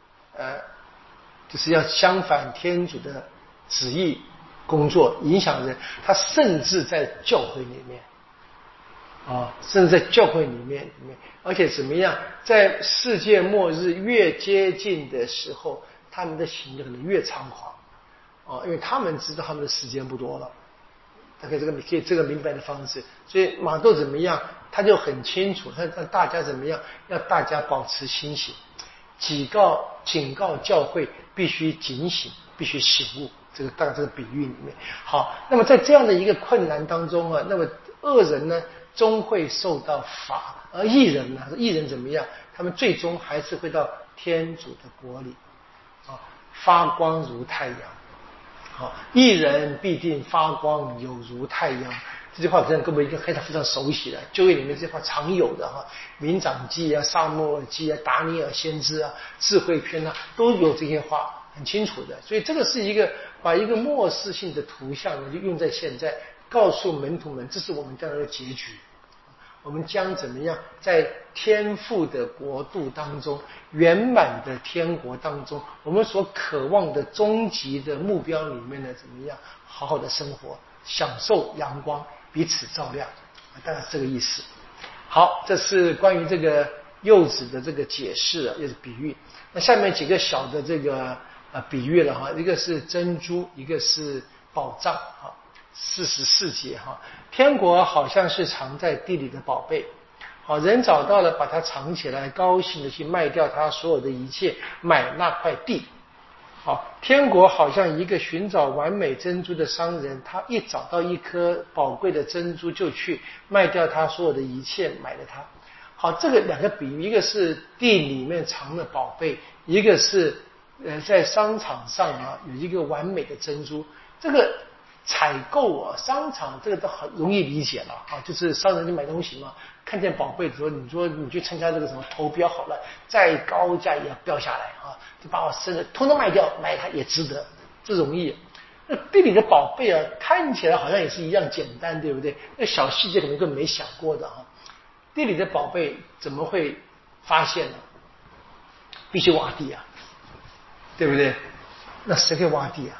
就是要相反天主的旨意工作，影响人。他甚至在教会里面啊，甚至在教会里面，而且怎么样，在世界末日越接近的时候，他们的行动可能越猖狂啊，因为他们知道他们的时间不多了。大概这个明白的方式，所以马窦怎么样，他就很清楚，他让大家怎么样，要大家保持清醒，警告教会必须警醒，必须醒悟。这个比喻里面，好，那么在这样的一个困难当中啊，那么恶人呢终会受到罚，而义人呢，义人怎么样？他们最终还是会到天主的国里啊，发光如太阳。好，义人必定发光，有如太阳。这句话可能各位应该非常熟悉了，旧约里面这句话常有的哈，民长记啊、撒母耳记啊、达尼尔先知啊、智慧篇啊，都有这些话，很清楚的。所以这个是把一个末世性的图像呢，就用在现在，告诉门徒们，这是我们将来的结局。我们将怎么样在天父的国度当中，圆满的天国当中，我们所渴望的终极的目标里面呢，怎么样好好的生活，享受阳光，彼此照亮，大概是这个意思。好，这是关于这个柚子的这个解释，又是比喻。那下面几个小的这个比喻了哈，一个是珍珠，一个是宝藏哈。44节哈，天国好像是藏在地里的宝贝，好，人找到了，把它藏起来，高兴的去卖掉他所有的一切，买那块地。好，天国好像一个寻找完美珍珠的商人，他一找到一颗宝贵的珍珠，就去卖掉他所有的一切，买了它。好，这个两个比喻，一个是地里面藏的宝贝，一个是在商场上啊有一个完美的珍珠。这个采购啊，商场这个都很容易理解了啊，就是商人去买东西嘛，看见宝贝的时候，你说你去参加这个什么投标好了，再高价也要标下来啊，就把我生的通通卖掉，买它也值得，这容易。那地里的宝贝啊，看起来好像也是一样简单，对不对？那小细节可能更没想过的啊。地里的宝贝怎么会发现呢？必须挖地啊，对不对？那谁会挖地啊？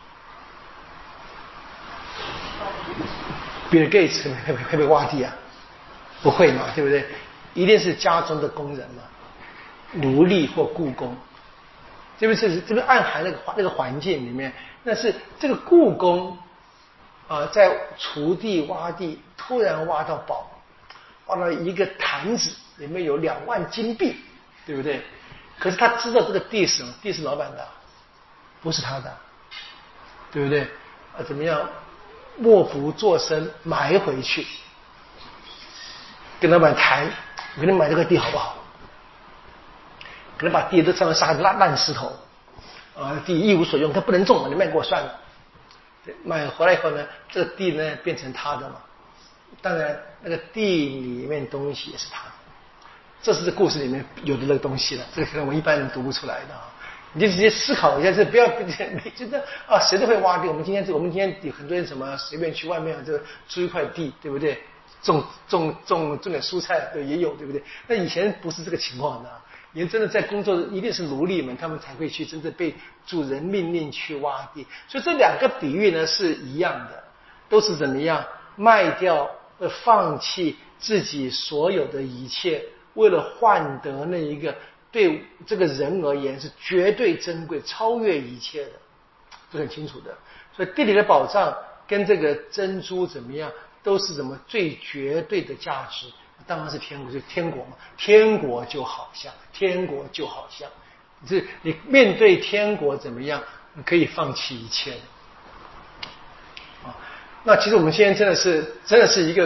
比尔盖茨会不会挖地啊？不会嘛，对不对？一定是家中的工人嘛，奴隶或雇工。这边暗含那个环境里面，那是这个雇工在锄地挖地，突然挖到宝，挖到一个坛子，里面有2万金币，对不对？可是他知道这个地是老板的，不是他的，对不对？怎么样？默不作声埋回去，跟老板谈，我给你买这个地好不好？可能把地都上面撒烂石头，地一无所用，它不能种了，你卖给我算了。买回来以后呢，这个地呢变成他的嘛，当然那个地里面东西也是他的，这是这故事里面有的那个东西了，这个可能我们一般人读不出来的啊。你就直接思考一下，这不要你觉得啊，谁都会挖地。我们今天有很多人什么随便去外面这个租一块地，对不对？种点蔬菜，对，也有，对不对？那以前不是这个情况的，以前真的在工作一定是奴隶们，他们才会去真正被主人命令去挖地。所以这2个比喻呢是一样的，都是怎么样卖掉、放弃自己所有的一切，为了换得那一个。对这个人而言是绝对珍贵、超越一切的，这很清楚的。所以地里的宝藏跟这个珍珠怎么样，都是什么最绝对的价值？当然是天国，就天国嘛。天国就好像，就是你面对天国怎么样，你可以放弃一切的。那其实我们现在真的是一个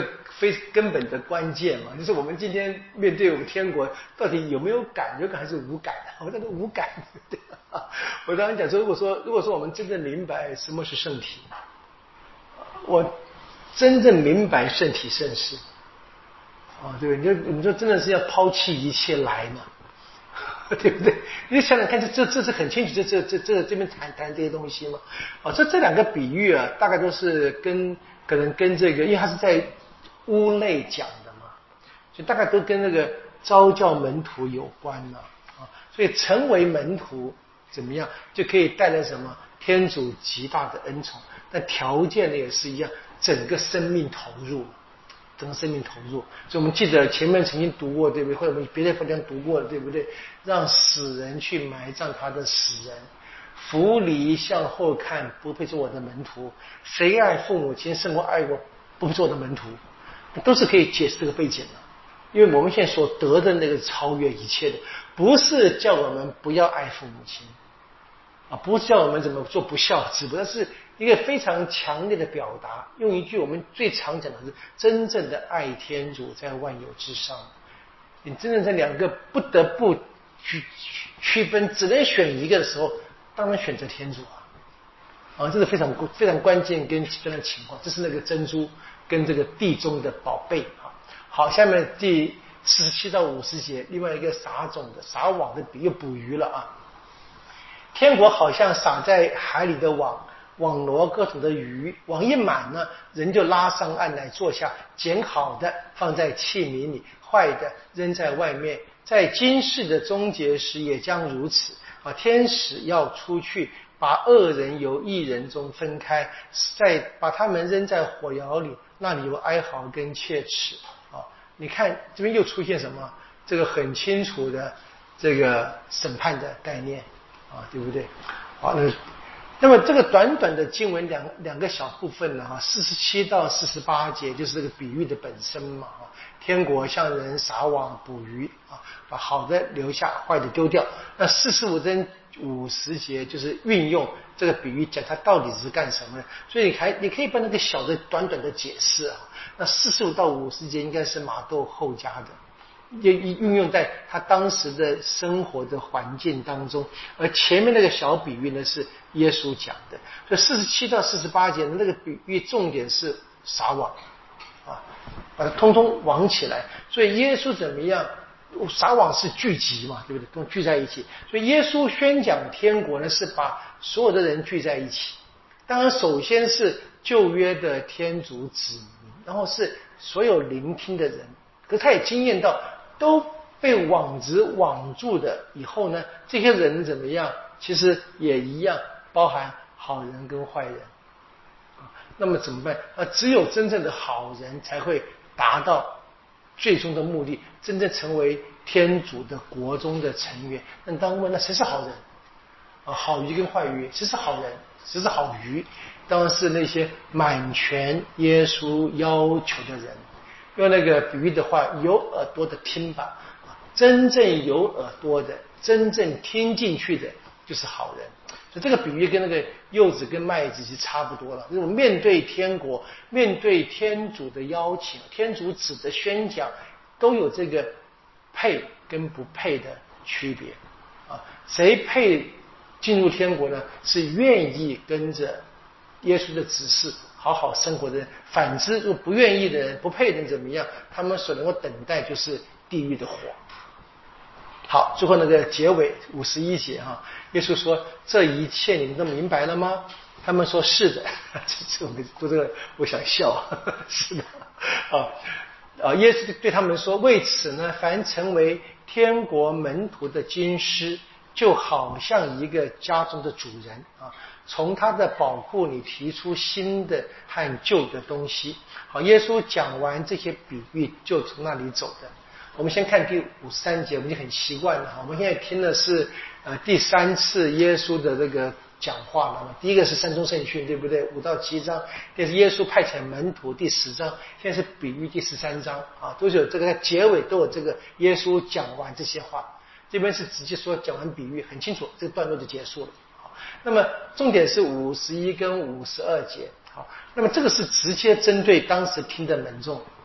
非根本的关键嘛，就是我们今天面对我们天国到底有没有感，有感还是无感？我那个无感，对吧？我刚刚讲说，如果说我们真正明白什么是圣体，我真正明白圣体圣事，对不对？你说真的是要抛弃一切来嘛？对不对？你想想看，这是很清楚，这边谈这些东西嘛。这两个比喻啊，大概都是可能跟这个，因为它是在屋内讲的嘛，所以大概都跟那个召教门徒有关了所以成为门徒怎么样，就可以带来什么天主极大的恩宠，但条件呢也是一样，整个生命投入。整个生命投入，所以我们记得前面曾经读过，对不对？或者我们别的地方读过，对不对？让死人去埋葬他的死人，扶离向后看，不配做我的门徒。谁爱父母亲胜过爱我，不配做我的门徒，都是可以解释这个背景的。因为我们现在所得的那个超越一切的，不是叫我们不要爱父母亲不是叫我们怎么做不孝，只不过是一个非常强烈的表达，用一句我们最常讲的是真正的爱天主在万有之上。你真正这两个不得不区分，只能选一个的时候，当然选择天主这是非常关键跟极端的情况。这是那个珍珠跟这个地中的宝贝好，下面第47到50节，另外一个撒网的比喻，捕鱼了天国好像撒在海里的网罗各种的鱼，网一满呢，人就拉上岸来坐下，捡好的放在器皿里，坏的扔在外面。在今世的终结时也将如此天使要出去，把恶人由义人中分开，再把他们扔在火窑里，那里有哀嚎跟切齿你看这边又出现什么？这个很清楚的这个审判的概念对不对？那么这个短短的经文两个小部分呢47到48节就是这个比喻的本身嘛天国像人撒网捕鱼把好的留下，坏的丢掉。那45跟50节就是运用这个比喻讲它到底是干什么的。所以你可以把那个小的短短的解释那45到50节应该是马窦后加的。运用在他当时的生活的环境当中，而前面那个小比喻呢是耶稣讲的，所以47到48节的那个比喻重点是撒网把它通通网起来。所以耶稣怎么样？撒网是聚集嘛，对不对？都聚在一起。所以耶稣宣讲天国呢，是把所有的人聚在一起。当然，首先是旧约的天主子民，然后是所有聆听的人。可是他也经验到。都被网子网住的以后呢，这些人怎么样？其实也一样，包含好人跟坏人那么怎么办？只有真正的好人才会达到最终的目的，真正成为天主的国中的成员。那你当然问，那谁是好人好鱼跟坏鱼，谁是好人，谁是好鱼？当然是那些满全耶稣要求的人。用那个比喻的话，有耳朵的听吧真正有耳朵的，真正听进去的就是好人。所以这个比喻跟那个柚子跟麦子其实差不多了。就是面对天国，面对天主的邀请，天主子的宣讲，都有这个配跟不配的区别谁配进入天国呢？是愿意跟着耶稣的指示好好生活的人。反之，如果不愿意的人，不配的人怎么样？他们所能够等待就是地狱的火。好，最后那个结尾51节耶稣说：“这一切你们都明白了吗？”他们说：“是的。”这我读这个我想笑，是的耶稣对他们说：“为此呢，凡成为天国门徒的经师，就好像一个家中的主人从他的宝库里提出新的和旧的东西。好，耶稣讲完这些比喻，就从那里走的。我们先看第53节，我们就很习惯了我们现在听的是第3次耶稣的这个讲话了。第一个是山中圣训，对不对？5到7章。这是耶稣派遣门徒第10章，现在是比喻第13章都是有这个结尾都有这个耶稣讲完这些话。这边是直接说讲完比喻，很清楚，这个段落就结束了。那么重点是51跟52节。好，那么这个是直接针对当时听的门众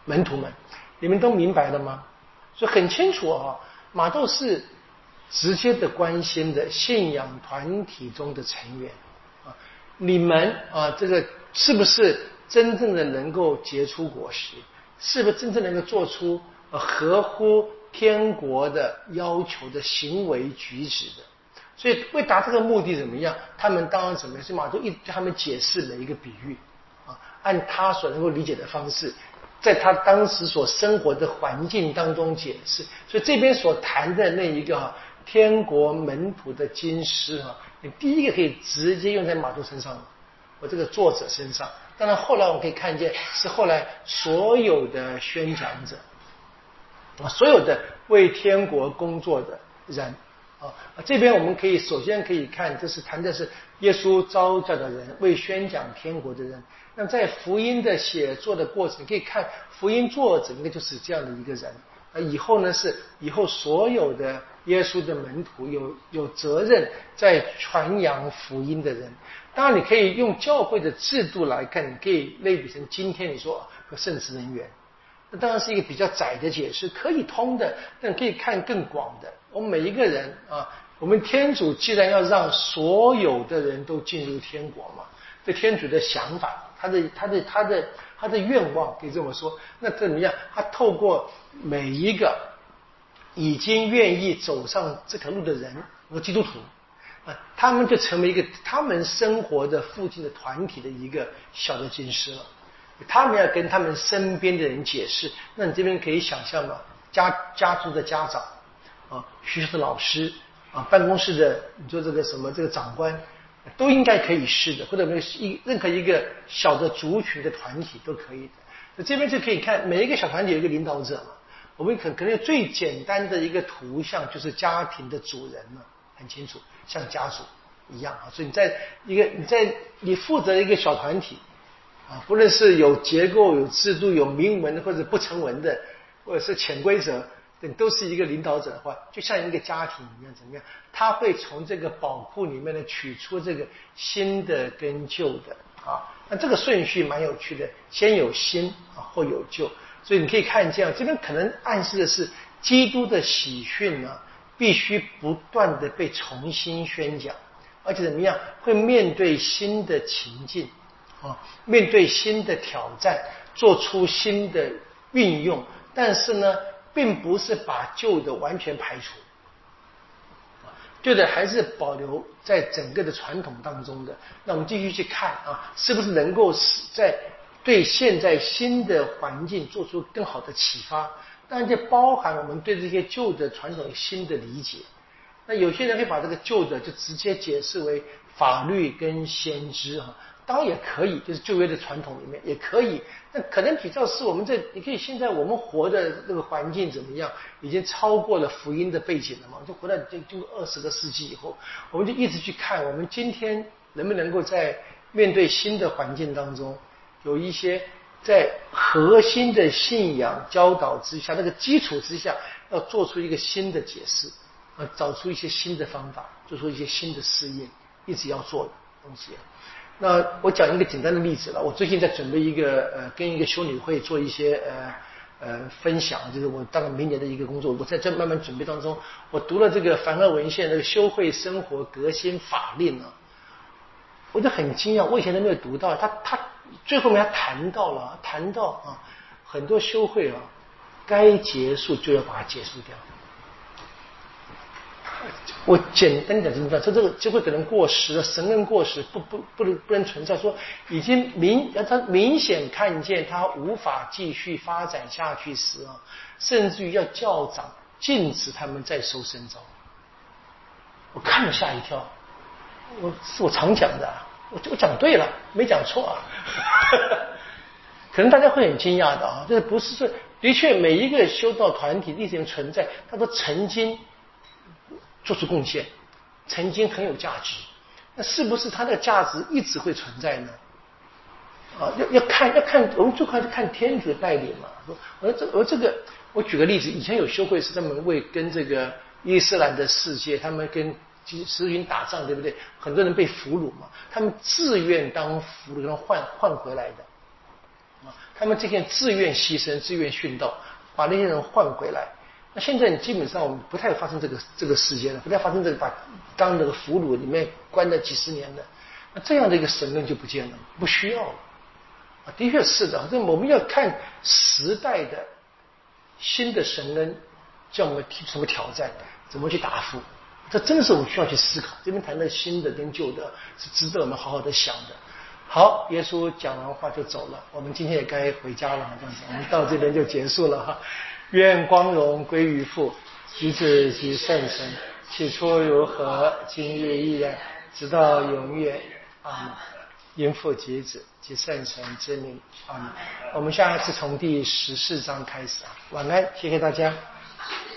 门徒们，你们都明白了吗？所以很清楚啊，马窦是直接的关心的信仰团体中的成员啊，你们啊，这个是不是真正的能够结出果实？是不是真正能够做出合乎天国的要求的行为举止的？所以为达这个目的怎么样？他们当然怎么样？所以马窦一直对他们解释每一个比喻啊，按他所能够理解的方式，在他当时所生活的环境当中解释。所以这边所谈的那一个天国门徒的经师你第一个可以直接用在马窦身上，我这个作者身上。当然后来我们可以看见，是后来所有的宣讲者所有的为天国工作的人这边我们可以首先可以看，这是谈的是耶稣召叫的人，为宣讲天国的人。那么在福音的写作的过程，可以看福音作者应该就是这样的一个人。以后呢，是以后所有的耶稣的门徒有责任在传扬福音的人。当然你可以用教会的制度来看，你可以类比成今天你说圣职人员，那当然是一个比较窄的解释，可以通的，但可以看更广的。我们每一个人我们天主既然要让所有的人都进入天国嘛，这天主的想法，他的愿望可以这么说。那怎么样？他透过每一个已经愿意走上这条路的人和基督徒他们就成为一个他们生活的附近的团体的一个小的经师了。他们要跟他们身边的人解释。那你这边可以想象嘛，家族的家长学校的老师办公室的你说这个什么这个长官都应该可以是的，或者任何一个小的族群的团体都可以的。那这边就可以看每一个小团体有一个领导者嘛。我们可能最简单的一个图像就是家庭的主人嘛，很清楚，像家族一样所以你负责一个小团体不论是有结构、有制度、有明文或者不成文的，或者是潜规则，都是一个领导者的话，就像一个家庭一样，怎么样？他会从这个宝库里面呢取出这个新的跟旧的那这个顺序蛮有趣的，先有新后有旧。所以你可以看见这边可能暗示的是基督的喜讯呢必须不断的被重新宣讲，而且怎么样会面对新的情境面对新的挑战，做出新的运用，但是呢并不是把旧的完全排除，旧的还是保留在整个的传统当中的。那我们继续去看是不是能够在对现在新的环境做出更好的启发。当然这包含我们对这些旧的传统新的理解。那有些人会把这个旧的就直接解释为法律跟先知当然也可以，就是旧约的传统里面也可以。那可能比较是我们你可以现在我们活的这个环境怎么样，已经超过了福音的背景了嘛，就活到经过20个世纪以后，我们就一直去看我们今天能不能够在面对新的环境当中，有一些在核心的信仰教导之下，那个基础之下，要做出一个新的解释找出一些新的方法，做出一些新的试验，一直要做的东西。那我讲一个简单的例子了，我最近在准备一个跟一个修女会做一些分享，就是我大概明年的一个工作，我在这慢慢准备当中，我读了这个梵二文献那个修会生活革新法令我就很惊讶，我以前都没有读到，他最后面他谈到很多修会该结束就要把它结束掉。我简单讲就是说这个就会可能过时了，神恩过时，不能存在。说已经他明显看见他无法继续发展下去时甚至于要教长禁止他们再收生招。我看了吓一跳，我常讲的我讲对了，没讲错可能大家会很惊讶的这不是说的确每一个修道团体一直存在，他都曾经做出贡献，曾经很有价值，那是不是它的价值一直会存在呢？要看，我们最快就看天主的带领嘛。我举个例子，以前有修会是专门为跟这个伊斯兰的世界，他们跟十字军打仗，对不对？很多人被俘虏嘛，他们自愿当俘虏，换回来的。 他们这些自愿牺牲、自愿殉道，把那些人换回来。那现在基本上我们不太发生这个事件了，不太发生这个把当那个俘虏里面关了几十年的，那这样的一个神恩就不见了，不需要了。的确是的，这我们要看时代的新的神恩，叫我们提出什么挑战，怎么去答复。这真的是我们需要去思考。这边谈的新的跟旧的，是值得我们好好的想的。好，耶稣讲完话就走了，我们今天也该回家了，这样子，我们到这边就结束了哈。愿光荣归于父、及子及圣神，起初如何，今日亦然，直到永远。阿们。因父及子及圣神之名。阿们。我们下一次从第14章开始啊。晚安，谢谢大家。